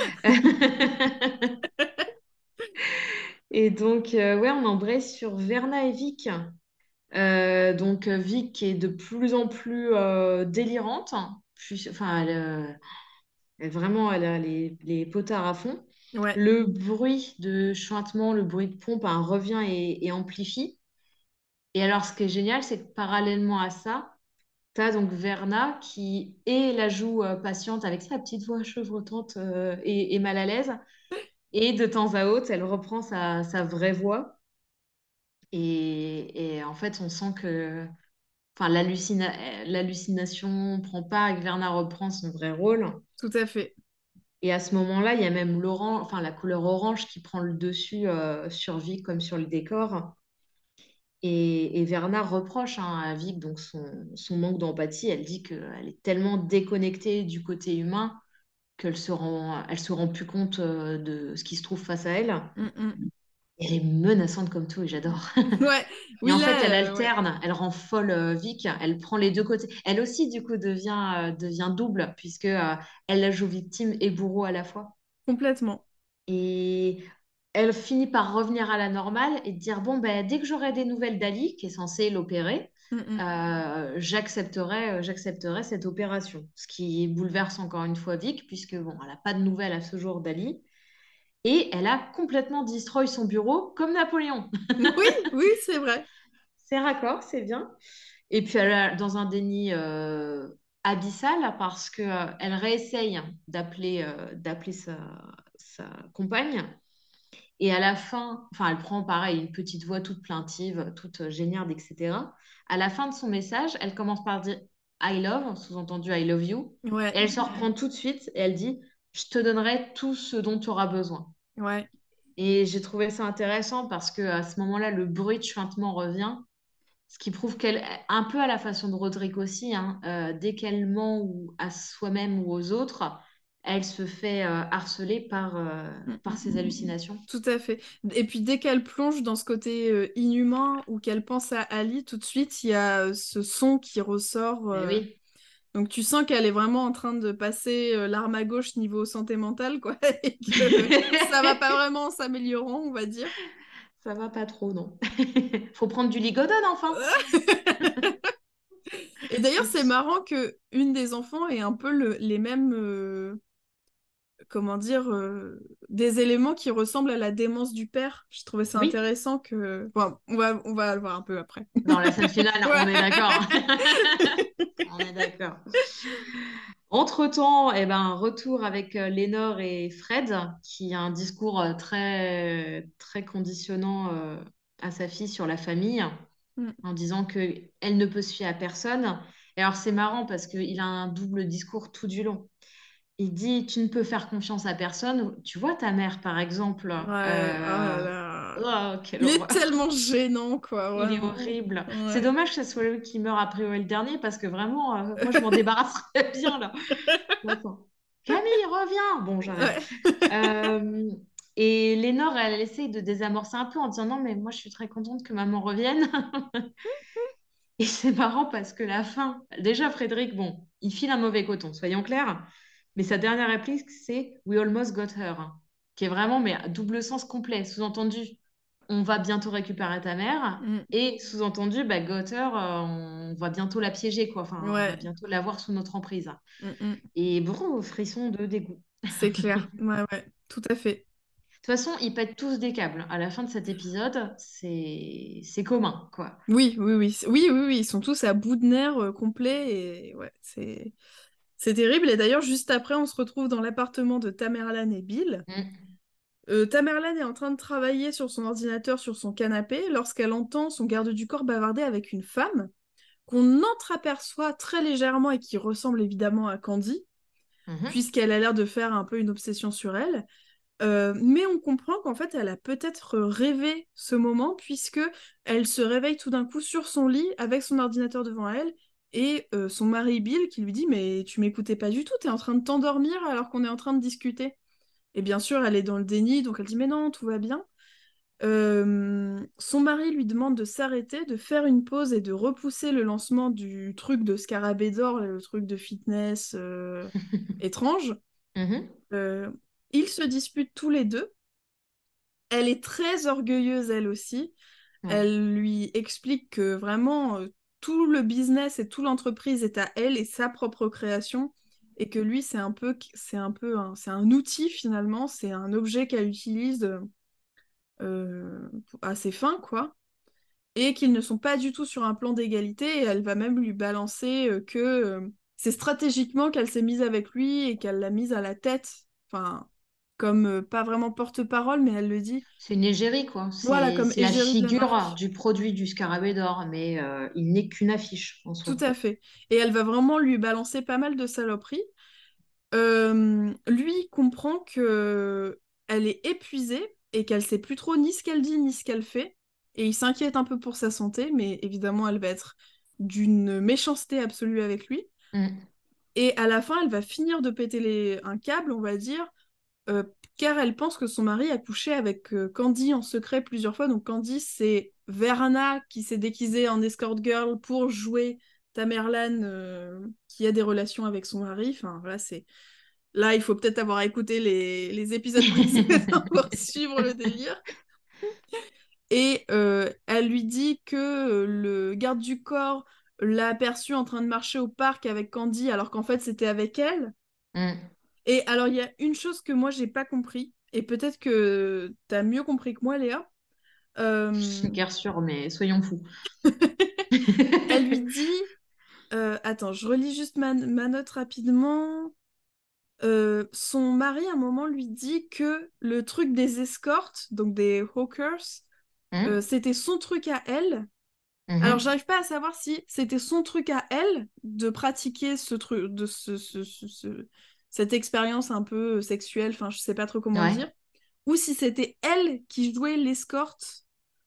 Et donc, ouais, on embraye sur Verna et Vic. Donc, Vic est de plus en plus délirante. Enfin, vraiment, elle a les potards à fond. Ouais, Le bruit de chuintement, le bruit de pompe, hein, revient et amplifie. Et alors, ce qui est génial, c'est que parallèlement à ça, tu as donc Verna qui la joue patiente avec sa petite voix chevrotante et mal à l'aise. Et de temps à autre, elle reprend sa vraie voix. Et en fait, on sent que enfin, l'hallucination prend part et que Verna reprend son vrai rôle. tout à fait. Et à ce moment-là, il y a même enfin, la couleur orange qui prend le dessus sur Vic comme sur le décor. Et Verna reproche à Vic donc son manque d'empathie. Elle dit qu'elle est tellement déconnectée du côté humain elle se rend plus compte de ce qui se trouve face à elle. Mm, mm. Elle est menaçante comme tout et j'adore. Ouais, Et oui, en fait, elle là, ouais, alterne, elle rend folle Vic, elle prend les deux côtés. Elle aussi, du coup, devient double, puisque elle la joue victime et bourreau à la fois. complètement. Et elle finit par revenir à la normale et dire, bon, ben, dès que j'aurai des nouvelles d'Ali, qui est censée l'opérer, j'accepterai cette opération. Ce qui bouleverse encore une fois Vic, puisque bon, elle n'a pas de nouvelles à ce jour d'Ali. Et elle a complètement destroy son bureau comme Napoléon. Oui, oui, c'est vrai. C'est raccord, c'est bien. Et puis elle est dans un déni abyssal parce que elle réessaye d'appeler sa compagne. Et à la fin, enfin, elle prend pareil une petite voix toute plaintive, toute géniarde, etc. À la fin de son message, elle commence par dire I love, sous-entendu I love you. Ouais, Et elle se reprend tout de suite et elle dit je te donnerai tout ce dont tu auras besoin. ouais. Et j'ai trouvé ça intéressant parce que à ce moment-là, le bruit de chuintement revient, ce qui prouve qu'elle, un peu à la façon de Roderick aussi, hein, dès qu'elle ment ou à soi-même ou aux autres, elle se fait harceler par ses hallucinations. Tout à fait. Et puis dès qu'elle plonge dans ce côté inhumain ou qu'elle pense à Ali, tout de suite, il y a ce son qui ressort. Eh oui. Donc tu sens qu'elle est vraiment en train de passer l'arme à gauche niveau santé mentale, quoi, et que ça va pas vraiment en s'améliorant, on va dire. Ça va pas trop, non. Faut prendre du Ligodon, enfin. Et d'ailleurs, c'est marrant que une des enfants ait un peu les mêmes, comment dire, des éléments qui ressemblent à la démence du père. Je trouvais ça Oui, intéressant que... Bon, on va le voir un peu après. dans la scène finale, on est Ouais. d'accord. On est d'accord. Entre-temps, eh ben, retour avec Lénore et Fred, qui a un discours très, très conditionnant à sa fille sur la famille, Mm. en disant qu'elle ne peut se fier à personne. Et alors, c'est marrant parce qu'il a un double discours tout du long. Il dit, tu ne peux faire confiance à personne. Tu vois ta mère, par exemple. Ouais, oh là là. Oh, quelle Il est horreur. tellement gênant, quoi, Il est vraiment. horrible. C'est Ouais. dommage que ce soit lui qui meurt a priori le dernier parce que vraiment, moi, je m'en débarrasserais bien là. Attends. Camille, reviens! Bon, j'arrête. Ouais. Euh, et Lénore, elle essaye de désamorcer un peu en disant non, mais moi, je suis très contente que maman revienne. Et c'est marrant parce que la fin, déjà, Frédéric, bon, il file un mauvais coton, soyons clairs. Mais sa dernière réplique, c'est We almost got her, qui est vraiment, mais à double sens complet. Sous-entendu, on va bientôt récupérer ta mère. Mm. Et sous-entendu, bah, got her, on va bientôt la piéger, quoi. Enfin, on va Ouais. bientôt l'avoir sous notre emprise. Mm, mm. Et bon, frisson de dégoût. C'est clair. Ouais, ouais. Tout à fait. De toute façon, ils pètent tous des câbles. À la fin de cet épisode, c'est commun, quoi. Oui, oui, oui. Oui, oui, oui. Ils sont tous à bout de nerfs complets et ouais, c'est terrible. Et d'ailleurs, juste après, on se retrouve dans l'appartement de Tamerlan et Bill. Mm. Tamerlan est en train de travailler sur son ordinateur, sur son canapé, lorsqu'elle entend son garde du corps bavarder avec une femme qu'on entreaperçoit très légèrement et qui ressemble évidemment à Candy, Mhm. puisqu'elle a l'air de faire un peu une obsession sur elle. Mais on comprend qu'en fait, elle a peut-être rêvé ce moment, puisque elle se réveille tout d'un coup sur son lit avec son ordinateur devant elle et son mari Bill qui lui dit «Mais tu m'écoutais pas du tout, t'es en train de t'endormir alors qu'on est en train de discuter.» Et bien sûr, elle est dans le déni, donc elle dit «Mais non, tout va bien.» Son mari lui demande de s'arrêter, de faire une pause et de repousser le lancement du truc de Scarabée d'or, le truc de fitness étrange. Mhm. Euh, ils se disputent tous les deux. Elle est très orgueilleuse, elle aussi. Ouais. Elle lui explique que vraiment tout le business et toute l'entreprise est à elle et sa propre création. Et que lui, c'est un outil finalement, c'est un objet qu'elle utilise à ses fins, quoi. Et qu'ils ne sont pas du tout sur un plan d'égalité. Et elle va même lui balancer que c'est stratégiquement qu'elle s'est mise avec lui et qu'elle l'a mise à la tête. Enfin, comme pas vraiment porte-parole, mais elle le dit. C'est une égérie, quoi. Voilà, C'est comme c'est la égérie de la figure marque. du produit du scarabée d'or, mais il n'est qu'une affiche en Tout soi. à fait. Et elle va vraiment lui balancer pas mal de saloperies. Lui comprend que elle est épuisée et qu'elle sait plus trop ni ce qu'elle dit ni ce qu'elle fait. Et il s'inquiète un peu pour sa santé, mais évidemment, elle va être d'une méchanceté absolue avec lui. Mm. Et à la fin, elle va finir de péter un câble, on va dire, euh, car elle pense que son mari a couché avec Candy en secret plusieurs fois. Donc Candy, c'est Verna qui s'est déguisée en escort girl pour jouer Tamerlan qui a des relations avec son mari. Enfin, voilà, Là, il faut peut-être avoir écouté les épisodes précédents pour suivre le délire. Et elle lui dit que le garde du corps l'a aperçu en train de marcher au parc avec Candy, alors qu'en fait, c'était avec elle. Et alors, il y a une chose que moi, j'ai pas compris, et peut-être que tu as mieux compris que moi, Léa. Guère sûr, mais soyons fous. Elle lui dit... attends, je relis juste ma note rapidement. Son mari, à un moment, lui dit que le truc des escortes, donc des hawkers, c'était son truc à elle. Alors, j'arrive pas à savoir si c'était son truc à elle de pratiquer ce truc, de cette expérience un peu sexuelle, enfin, je sais pas trop comment Ouais. dire, ou si c'était elle qui jouait l'escorte.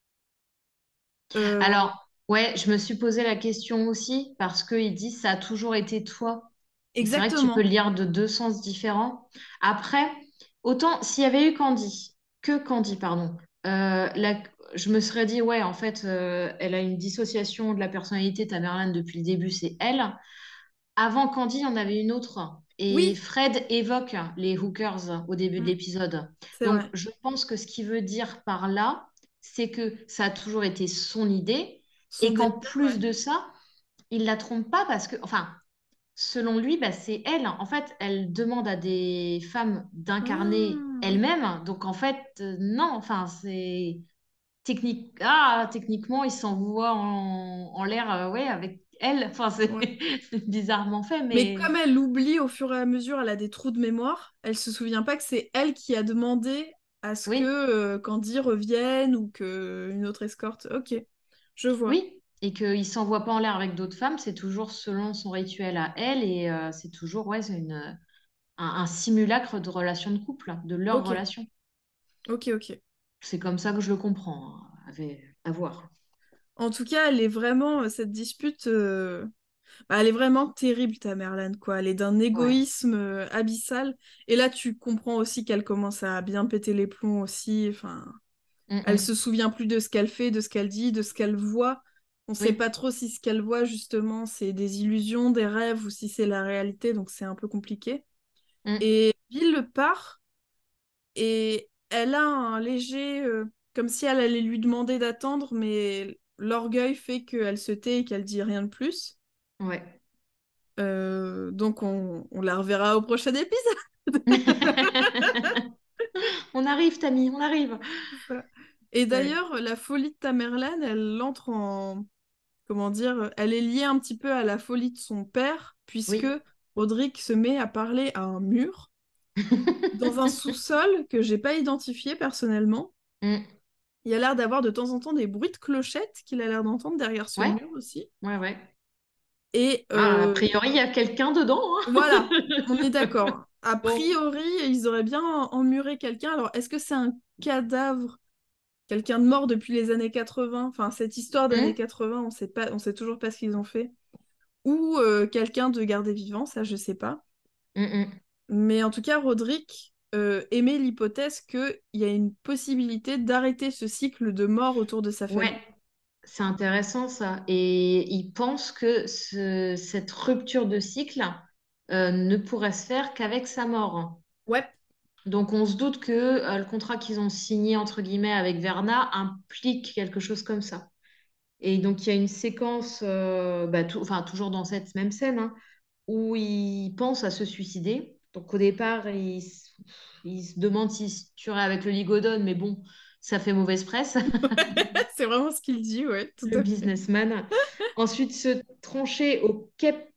Alors, ouais, je me suis posé la question aussi parce qu'il dit ça a toujours été toi. Et c'est vrai que tu peux le Exactement. lire de deux sens différents. Après, autant s'il y avait eu Candy, pardon, je me serais dit, ouais, en fait, elle a une dissociation de la personnalité, Tamerlane, depuis le début, c'est elle. Avant Candy, il y en avait une autre. Et Oui, Fred évoque les hookers au début de mm, l'épisode. c'est Donc, vrai. je pense que ce qu'il veut dire par là, c'est que ça a toujours été son idée Son et qu'en délire, plus ouais. de ça, il la trompe pas parce que, enfin, selon lui, bah, c'est elle. En fait, elle demande à des femmes d'incarner Ah, oui. elles-mêmes. Donc, en fait, non, enfin, c'est techniquement, il s'envoie en l'air, ouais, avec elle. Enfin, c'est Ouais. c'est bizarrement fait, Mais mais comme elle l'oublie au fur et à mesure, elle a des trous de mémoire, elle se souvient pas que c'est elle qui a demandé à ce que oui, Candy revienne ou que une autre escorte. Ok, je vois. oui. Et qu'il s'envoie pas en l'air avec d'autres femmes, c'est toujours selon son rituel à elle. Et c'est toujours, ouais, c'est un simulacre de relation de couple, de leur Ok, relation. ok, ok. C'est comme ça que je le comprends, hein, à voir. En tout cas, elle est vraiment, cette dispute, bah, elle est vraiment terrible, ta Merlane, quoi. Elle est d'un Ouais. égoïsme abyssal. Et là, tu comprends aussi qu'elle commence à bien péter les plombs aussi. Enfin, Mm, elle se mm. souvient plus de ce qu'elle fait, de ce qu'elle dit, de ce qu'elle voit. On sait Oui. pas trop si ce qu'elle voit, justement, c'est des illusions, des rêves ou si c'est la réalité, donc c'est un peu compliqué. Mm. Et Bill part et elle a un léger... comme si elle allait lui demander d'attendre, mais l'orgueil fait qu'elle se tait et qu'elle dit rien de plus. Ouais. Donc on la reverra au prochain épisode. On arrive, Tammy, on arrive. C'est ça. Et Ouais. d'ailleurs, la folie de Tamerlane, elle entre en... Comment dire? Elle est liée un petit peu à la folie de son père, puisque Oui. Roderick se met à parler à un mur dans un sous-sol que j'ai pas identifié personnellement. Mm. Il y a l'air d'avoir de temps en temps des bruits de clochettes qu'il a l'air d'entendre derrière ce Ouais. mur aussi. Ouais, ouais. Et Ah, a priori, il y a quelqu'un dedans, hein. voilà, on est d'accord. A Bon. priori, ils auraient bien emmuré quelqu'un. Alors, est-ce que c'est un cadavre, quelqu'un de mort depuis les années 80? Enfin, cette histoire d'années Mm. 80, on sait pas, on sait toujours pas ce qu'ils ont fait. Ou quelqu'un de gardé vivant, ça, je sais pas. Mm, mm. Mais en tout cas, Roderick émet l'hypothèse qu'il y a une possibilité d'arrêter ce cycle de mort autour de sa Ouais, famille. c'est intéressant ça. Et il pense que cette rupture de cycle ne pourrait se faire qu'avec sa mort. Ouais, Donc on se doute que le contrat qu'ils ont signé entre guillemets avec Verna implique quelque chose comme ça. Et donc il y a une séquence, bah, enfin toujours dans cette même scène, hein, où il pense à se suicider. Donc au départ, il se demande s'il se tuerait avec le ligodone, mais bon, ça fait mauvaise presse. c'est vraiment ce qu'il dit, ouais, tout Le à fait. businessman. Ensuite, se trancher au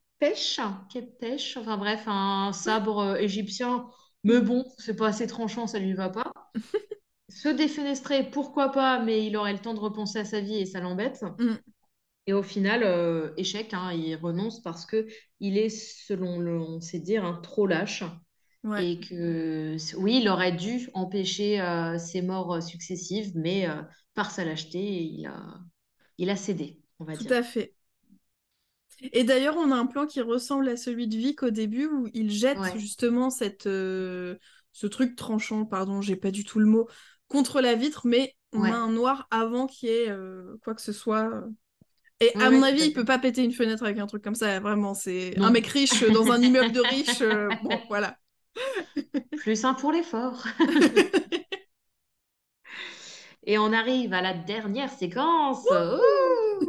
keppesh, enfin bref, un sabre égyptien. Mais bon, c'est pas assez tranchant, ça lui va pas. Se défenestrer, pourquoi pas, mais il aurait le temps de repenser à sa vie et ça l'embête. Mm, Et au final, échec, hein, il renonce parce que il est, selon on sait dire, trop lâche. ouais, Et que oui, il aurait dû empêcher ces morts successives, mais par sa lâcheté, il a cédé, on va tout dire. à fait. Et d'ailleurs, on a un plan qui ressemble à celui de Vic au début où il jette Ouais, justement ce truc tranchant, pardon, j'ai pas du tout le mot, contre la vitre, mais on a ouais, un noir avant qu'il y ait quoi que ce soit. Et ouais, à mon ouais, tout avis, à il peut fait. pas péter une fenêtre avec un truc comme ça, vraiment, c'est un Non. mec riche dans un immeuble de riche. Bon, voilà. Plus un pour l'effort. Et on arrive à la dernière séquence. Ouh.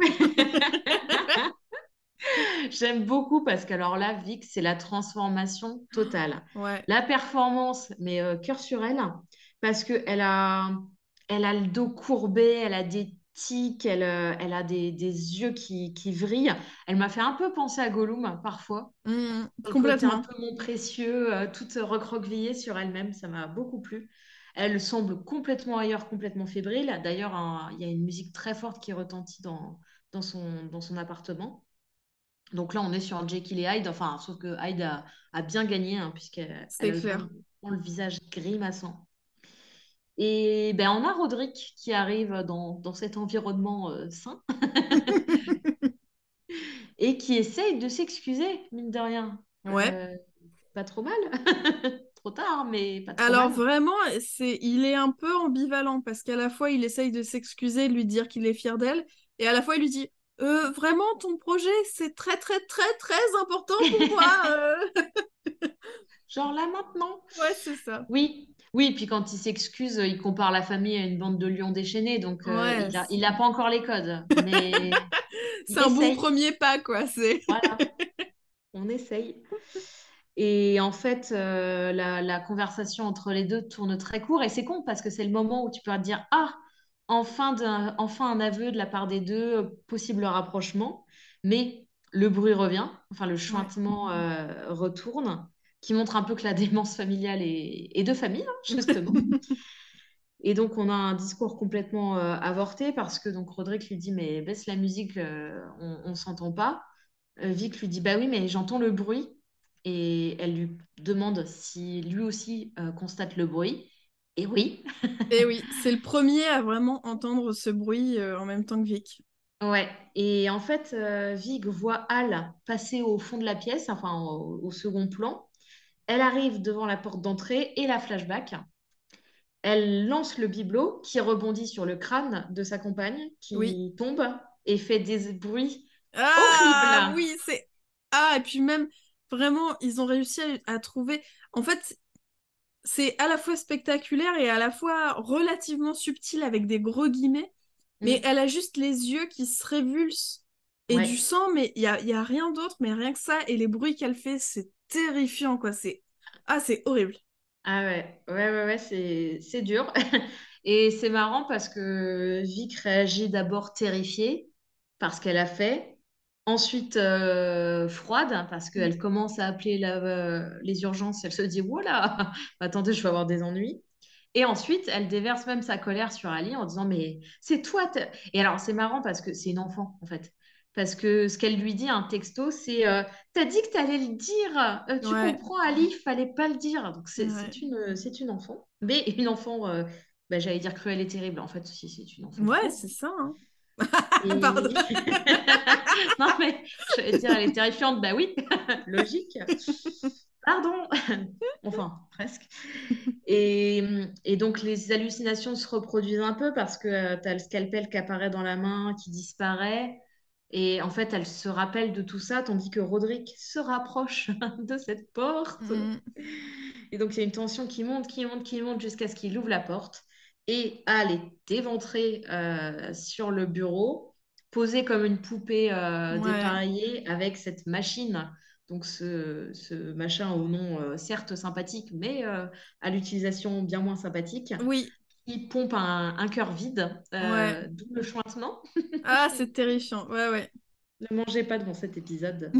J'aime beaucoup parce qu'alors là, Vic, c'est la transformation totale. Ouais. La performance, mais cœur sur elle, parce elle a le dos courbé, elle a des tics, elle a des yeux qui vrillent. Elle m'a fait un peu penser à Gollum parfois. Le côté un Complètement. peu mon précieux, toute recroquevillée sur elle-même, ça m'a beaucoup plu. Elle semble complètement ailleurs, complètement fébrile. D'ailleurs, il y a une musique très forte qui retentit dans son appartement. Donc là, on est sur Jekyll et Hyde, enfin, sauf que Hyde a bien gagné, hein, puisqu'elle C'est a clair. vraiment le visage grimaçant. Et ben, on a Roderick qui arrive dans cet environnement sain et qui essaye de s'excuser, mine de rien. Ouais. Pas trop mal. Trop tard, mais pas trop Alors mal. vraiment, il est un peu ambivalent parce qu'à la fois il essaye de s'excuser, de lui dire qu'il est fier d'elle, et à la fois il lui dit vraiment ton projet c'est très très très très important pour moi. Genre là maintenant. Ouais, c'est ça. Oui, oui, puis quand il s'excuse, il compare la famille à une bande de lions déchaînés, donc Ouais, il a pas encore les codes, mais c'est il un bon essaye. premier pas quoi. C'est. Voilà, on essaye. Et en fait, la conversation entre les deux tourne très court et c'est con parce que c'est le moment où tu peux te dire, ah, enfin un aveu de la part des deux, possible rapprochement, mais le bruit revient, enfin le Ouais. chuintement retourne, qui montre un peu que la démence familiale est de famille, hein, justement. Et donc, on a un discours complètement avorté parce que donc Roderick lui dit, mais baisse la musique, on s'entend pas. Vic lui dit, bah oui, mais j'entends le bruit. Et elle lui demande si lui aussi constate le bruit. Et oui, Et oui, c'est le premier à vraiment entendre ce bruit en même temps que Vic. ouais. Et en fait, Vic voit Al passer au fond de la pièce, enfin au second plan. Elle arrive devant la porte d'entrée et la flashback. Elle lance le bibelot qui rebondit sur le crâne de sa compagne Oui. qui tombe et fait des bruits Ah horribles. oui, c'est. Ah, et puis même, vraiment, ils ont réussi à trouver. En fait, c'est à la fois spectaculaire et à la fois relativement subtil avec des gros guillemets, mais Mm. elle a juste les yeux qui se révulsent et du Ouais. sang, mais il y a rien d'autre, mais rien que ça, et les bruits qu'elle fait, c'est terrifiant, quoi. Ah, c'est horrible. Ah ouais, c'est dur. Et c'est marrant parce que Vic réagit d'abord terrifiée par ce qu'elle a fait, ensuite froide parce Mm. qu'elle commence à appeler les urgences, elle se dit, voilà, attendez, je vais avoir des ennuis. Et ensuite, elle déverse même sa colère sur Ali en disant, mais c'est toi. Et alors, c'est marrant parce que c'est une enfant, en fait. Parce que ce qu'elle lui dit, un texto, c'est t'as dit que t'allais le dire. Tu Ouais, comprends, Ali, il fallait pas le dire. Donc, ouais. c'est une enfant. Mais une enfant, bah, j'allais dire cruelle et terrible. En fait, si, c'est une enfant tout Ouais, court. c'est ça, hein. Pardon. Et non, mais j'allais dire, elle est terrifiante. Bah oui, logique. Pardon. Enfin, presque. Et donc, les hallucinations se reproduisent un peu parce que tu as le scalpel qui apparaît dans la main, qui disparaît. Et en fait, elle se rappelle de tout ça, tandis que Roderick se rapproche de cette porte. Mm. Et donc, il y a une tension qui monte, qui monte, qui monte jusqu'à ce qu'il ouvre la porte. Et Al est éventrée sur le bureau, posée comme une poupée Ouais. dépareillée avec cette machine. Donc, ce machin au nom certes sympathique, mais à l'utilisation bien moins sympathique, Oui, qui pompe un cœur vide, ouais. d'où le chuintement. Ah, c'est terrifiant. Ouais, ouais. Ne mangez pas devant cet épisode.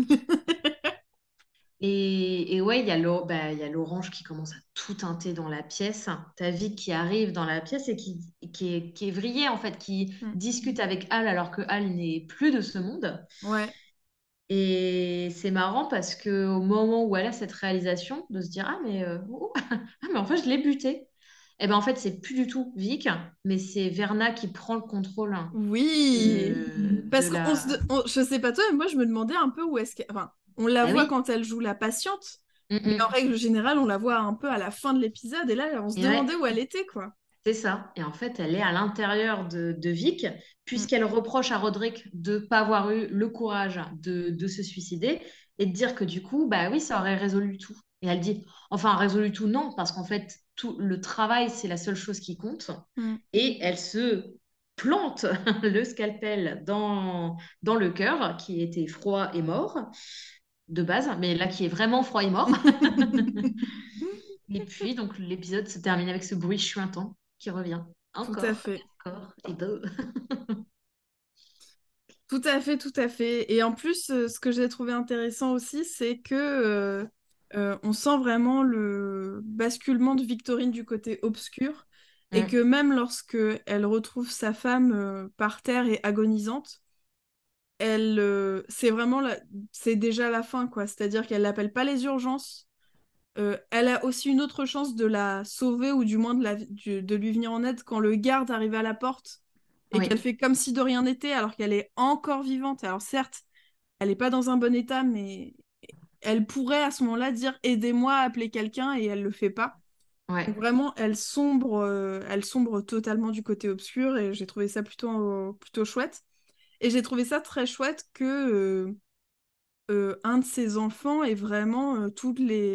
Et ouais, il y a l'orange qui commence à tout teinter dans la pièce. Ta vie qui arrive dans la pièce et qui est vrillée, en fait, qui Mm. discute avec Al alors que Al n'est plus de ce monde. Ouais. Et c'est marrant parce que au moment où elle a cette réalisation de se dire ah mais ah mais en fait je l'ai buté. Et ben en fait c'est plus du tout Vic, mais c'est Verna qui prend le contrôle Oui. de Parce la. je sais pas toi, mais moi je me demandais un peu où est-ce qu'elle. Enfin, on la Bah voit oui. quand elle joue la patiente, Mm, mais en mm. règle générale, on la voit un peu à la fin de l'épisode, et là, on se Et ouais, demandait où elle était, quoi. c'est ça. Et en fait elle est à l'intérieur de Vic Mm. puisqu'elle reproche à Roderick de pas avoir eu le courage de se suicider et de dire que du coup bah oui ça aurait résolu tout. Et elle dit, enfin, résolu tout, non, parce qu'en fait, tout le travail, c'est la seule chose qui compte. Mm. Et elle se plante le scalpel dans le cœur, qui était froid et mort, de base, mais là, qui est vraiment froid et mort. Et puis, donc, l'épisode se termine avec ce bruit chuintant qui revient. Tout à Encore, fait. encore, et deux. Tout à fait, tout à fait. Et en plus, ce que j'ai trouvé intéressant aussi, c'est que on sent vraiment le basculement de Victorine du côté obscur et que Mm. même lorsque elle retrouve sa femme par terre et agonisante, c'est vraiment c'est déjà la fin, quoi. C'est-à-dire qu'elle n'appelle pas les urgences. Elle a aussi une autre chance de la sauver ou du moins de lui venir en aide quand le garde arrive à la porte et qu'elle Oui, fait comme si de rien n'était alors qu'elle est encore vivante. Alors certes, elle n'est pas dans un bon état, mais elle pourrait à ce moment-là dire aidez-moi à appeler quelqu'un et elle le fait pas. Donc ouais, vraiment, elle sombre totalement du côté obscur et j'ai trouvé ça plutôt chouette. Et j'ai trouvé ça très chouette que un de ses enfants ait vraiment toutes les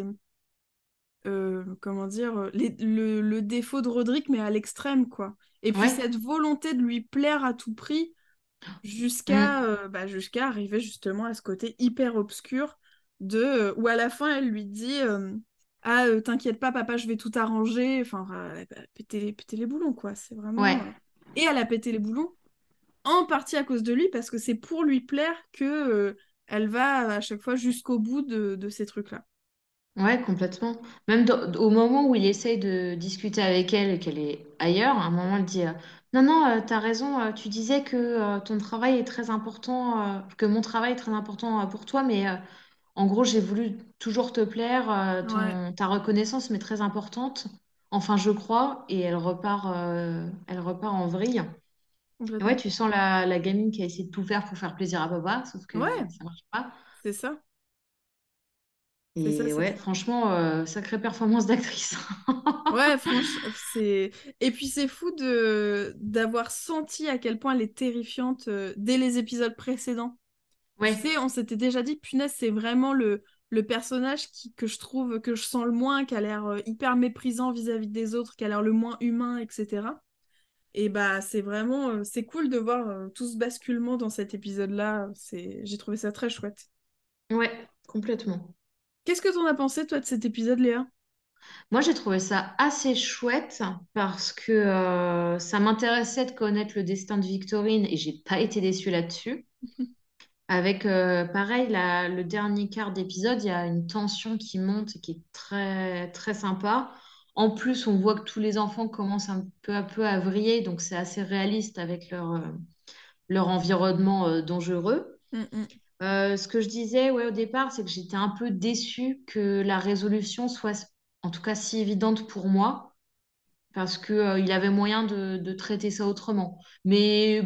comment dire, le défaut de Roderick, mais à l'extrême, quoi. Et puis ouais. cette volonté de lui plaire à tout prix jusqu'à Mm. jusqu'à arriver justement à ce côté hyper obscur où à la fin elle lui dit ah t'inquiète pas papa je vais tout arranger enfin péter les boulons quoi c'est vraiment Ouais. et elle a pété les boulons en partie à cause de lui parce que c'est pour lui plaire que elle va à chaque fois jusqu'au bout de ces trucs-là. Ouais, complètement. Même au moment où il essaye de discuter avec elle et qu'elle est ailleurs, à un moment, elle dit non, non, t'as raison, tu disais que ton travail est très important, que mon travail est très important pour toi, mais en gros, j'ai voulu toujours te plaire, Ouais, ta reconnaissance m'est très importante. Enfin, je crois, et elle repart en vrille. Et ouais, complètement. tu sens la gamine qui a essayé de tout faire pour faire plaisir à papa, sauf que Ouais, ça marche pas. c'est ça. C'est ça, Et c'est ouais, ça. franchement, sacrée performance d'actrice. Ouais, franchement, c'est... Et puis c'est fou d'avoir senti à quel point elle est terrifiante dès les épisodes précédents. Tu Ouais. sais, on s'était déjà dit, punaise, c'est vraiment le personnage que je trouve, que je sens le moins, qui a l'air hyper méprisant vis-à-vis des autres, qui a l'air le moins humain, etc. Et bah, c'est vraiment... c'est cool de voir tout ce basculement dans cet épisode-là. J'ai trouvé ça très chouette. Ouais, complètement. Qu'est-ce que t'en as pensé, toi, de cet épisode, Léa? Moi, j'ai trouvé ça assez chouette parce que ça m'intéressait de connaître le destin de Victorine et j'ai pas été déçue là-dessus. Avec, pareil, le dernier quart d'épisode, il y a une tension qui monte et qui est très, très sympa. En plus, on voit que tous les enfants commencent un peu à peu à vriller, donc c'est assez réaliste avec leur environnement dangereux. Mm, mm. Ce que je disais ouais, au départ, c'est que j'étais un peu déçue que la résolution soit, en tout cas, si évidente pour moi, parce que, il avait moyen de traiter ça autrement. Mais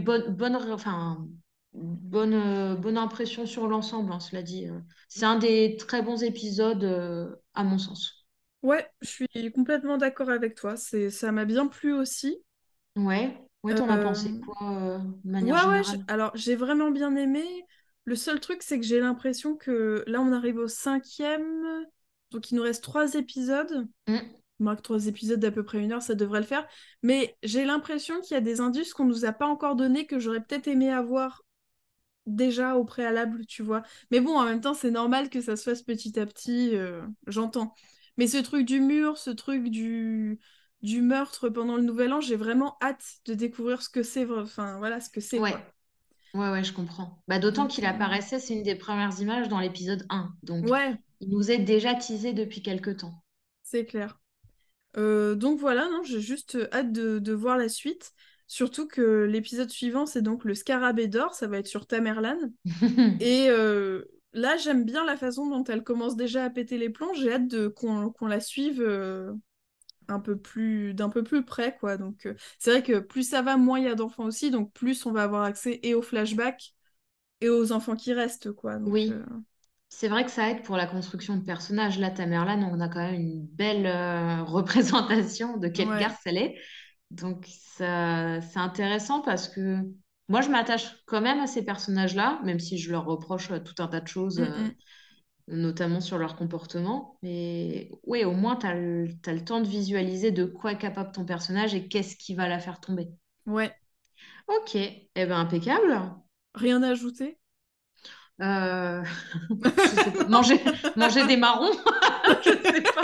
bonne impression sur l'ensemble, hein, cela dit. C'est un des très bons épisodes, à mon sens. Ouais, je suis complètement d'accord avec toi. Ça m'a bien plu aussi. Ouais, ouais, t'en as pensé Euh, quoi, de manière Ouais, ouais, générale? alors j'ai vraiment bien aimé. Le seul truc, c'est que j'ai l'impression que là, on arrive au cinquième. Donc il nous reste 3 épisodes. Mm. Moi, que 3 épisodes d'à peu près 1 heure, ça devrait le faire. Mais j'ai l'impression qu'il y a des indices qu'on nous a pas encore donnés que j'aurais peut-être aimé avoir déjà au préalable, tu vois. Mais bon, en même temps, c'est normal que ça se fasse petit à petit, j'entends. Mais ce truc du mur, ce truc du meurtre pendant le Nouvel An, j'ai vraiment hâte de découvrir ce que c'est, enfin voilà, ce que c'est, Ouais, quoi. ouais, ouais, je comprends. Bah, d'autant Donc, qu'il apparaissait, c'est une des premières images dans l'épisode 1. Donc, ouais, il nous est déjà teasé depuis quelque temps. c'est clair. Donc voilà, non, j'ai juste hâte de voir la suite. Surtout que l'épisode suivant, c'est donc le Scarabée d'or, ça va être sur Tamerlan. Et là, j'aime bien la façon dont elle commence déjà à péter les plombs. J'ai hâte qu'on la suive d'un peu plus près, quoi. Donc, c'est vrai que plus ça va, moins il y a d'enfants aussi. Donc, plus on va avoir accès et aux flashbacks et aux enfants qui restent, quoi. Donc, Oui, c'est vrai que ça aide pour la construction de personnages. Là, Tamerlan, on a quand même une belle représentation de quelle ouais. garce elle est. Donc, ça, c'est intéressant parce que moi, je m'attache quand même à ces personnages-là, même si je leur reproche tout un tas de choses. Mm, mm. notamment sur leur comportement. Mais oui, au moins, tu as le temps de visualiser de quoi est capable ton personnage et qu'est-ce qui va la faire tomber. Ouais. Ok, eh ben impeccable. Rien à ajouter? Je sais pas. Manger des marrons, je sais pas.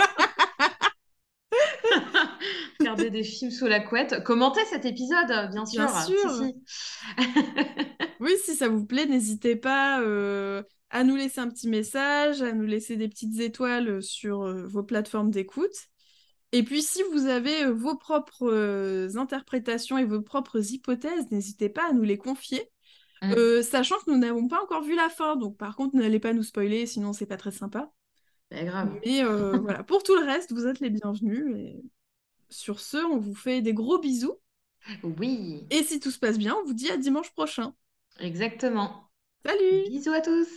Regarder des films sous la couette. Commentez cet épisode, bien Bien sûr. Si, sûr. si. Oui, si ça vous plaît, n'hésitez pas à nous laisser un petit message, à nous laisser des petites étoiles sur vos plateformes d'écoute. Et puis, si vous avez vos propres interprétations et vos propres hypothèses, n'hésitez pas à nous les confier. Sachant que nous n'avons pas encore vu la fin, donc par contre, n'allez pas nous spoiler, sinon c'est pas très sympa. Bah, grave. Mais voilà, pour tout le reste, vous êtes les bienvenus. Et sur ce, on vous fait des gros bisous. Oui, Et si tout se passe bien, on vous dit à dimanche prochain. exactement. Salut! Bisous à tous.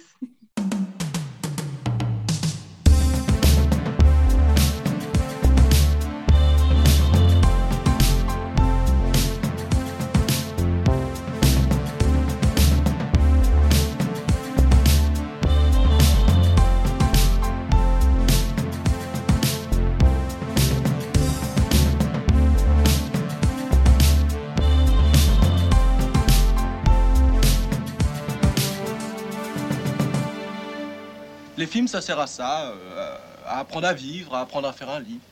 Les films, ça sert à ça, à apprendre à vivre, à apprendre à faire un lit.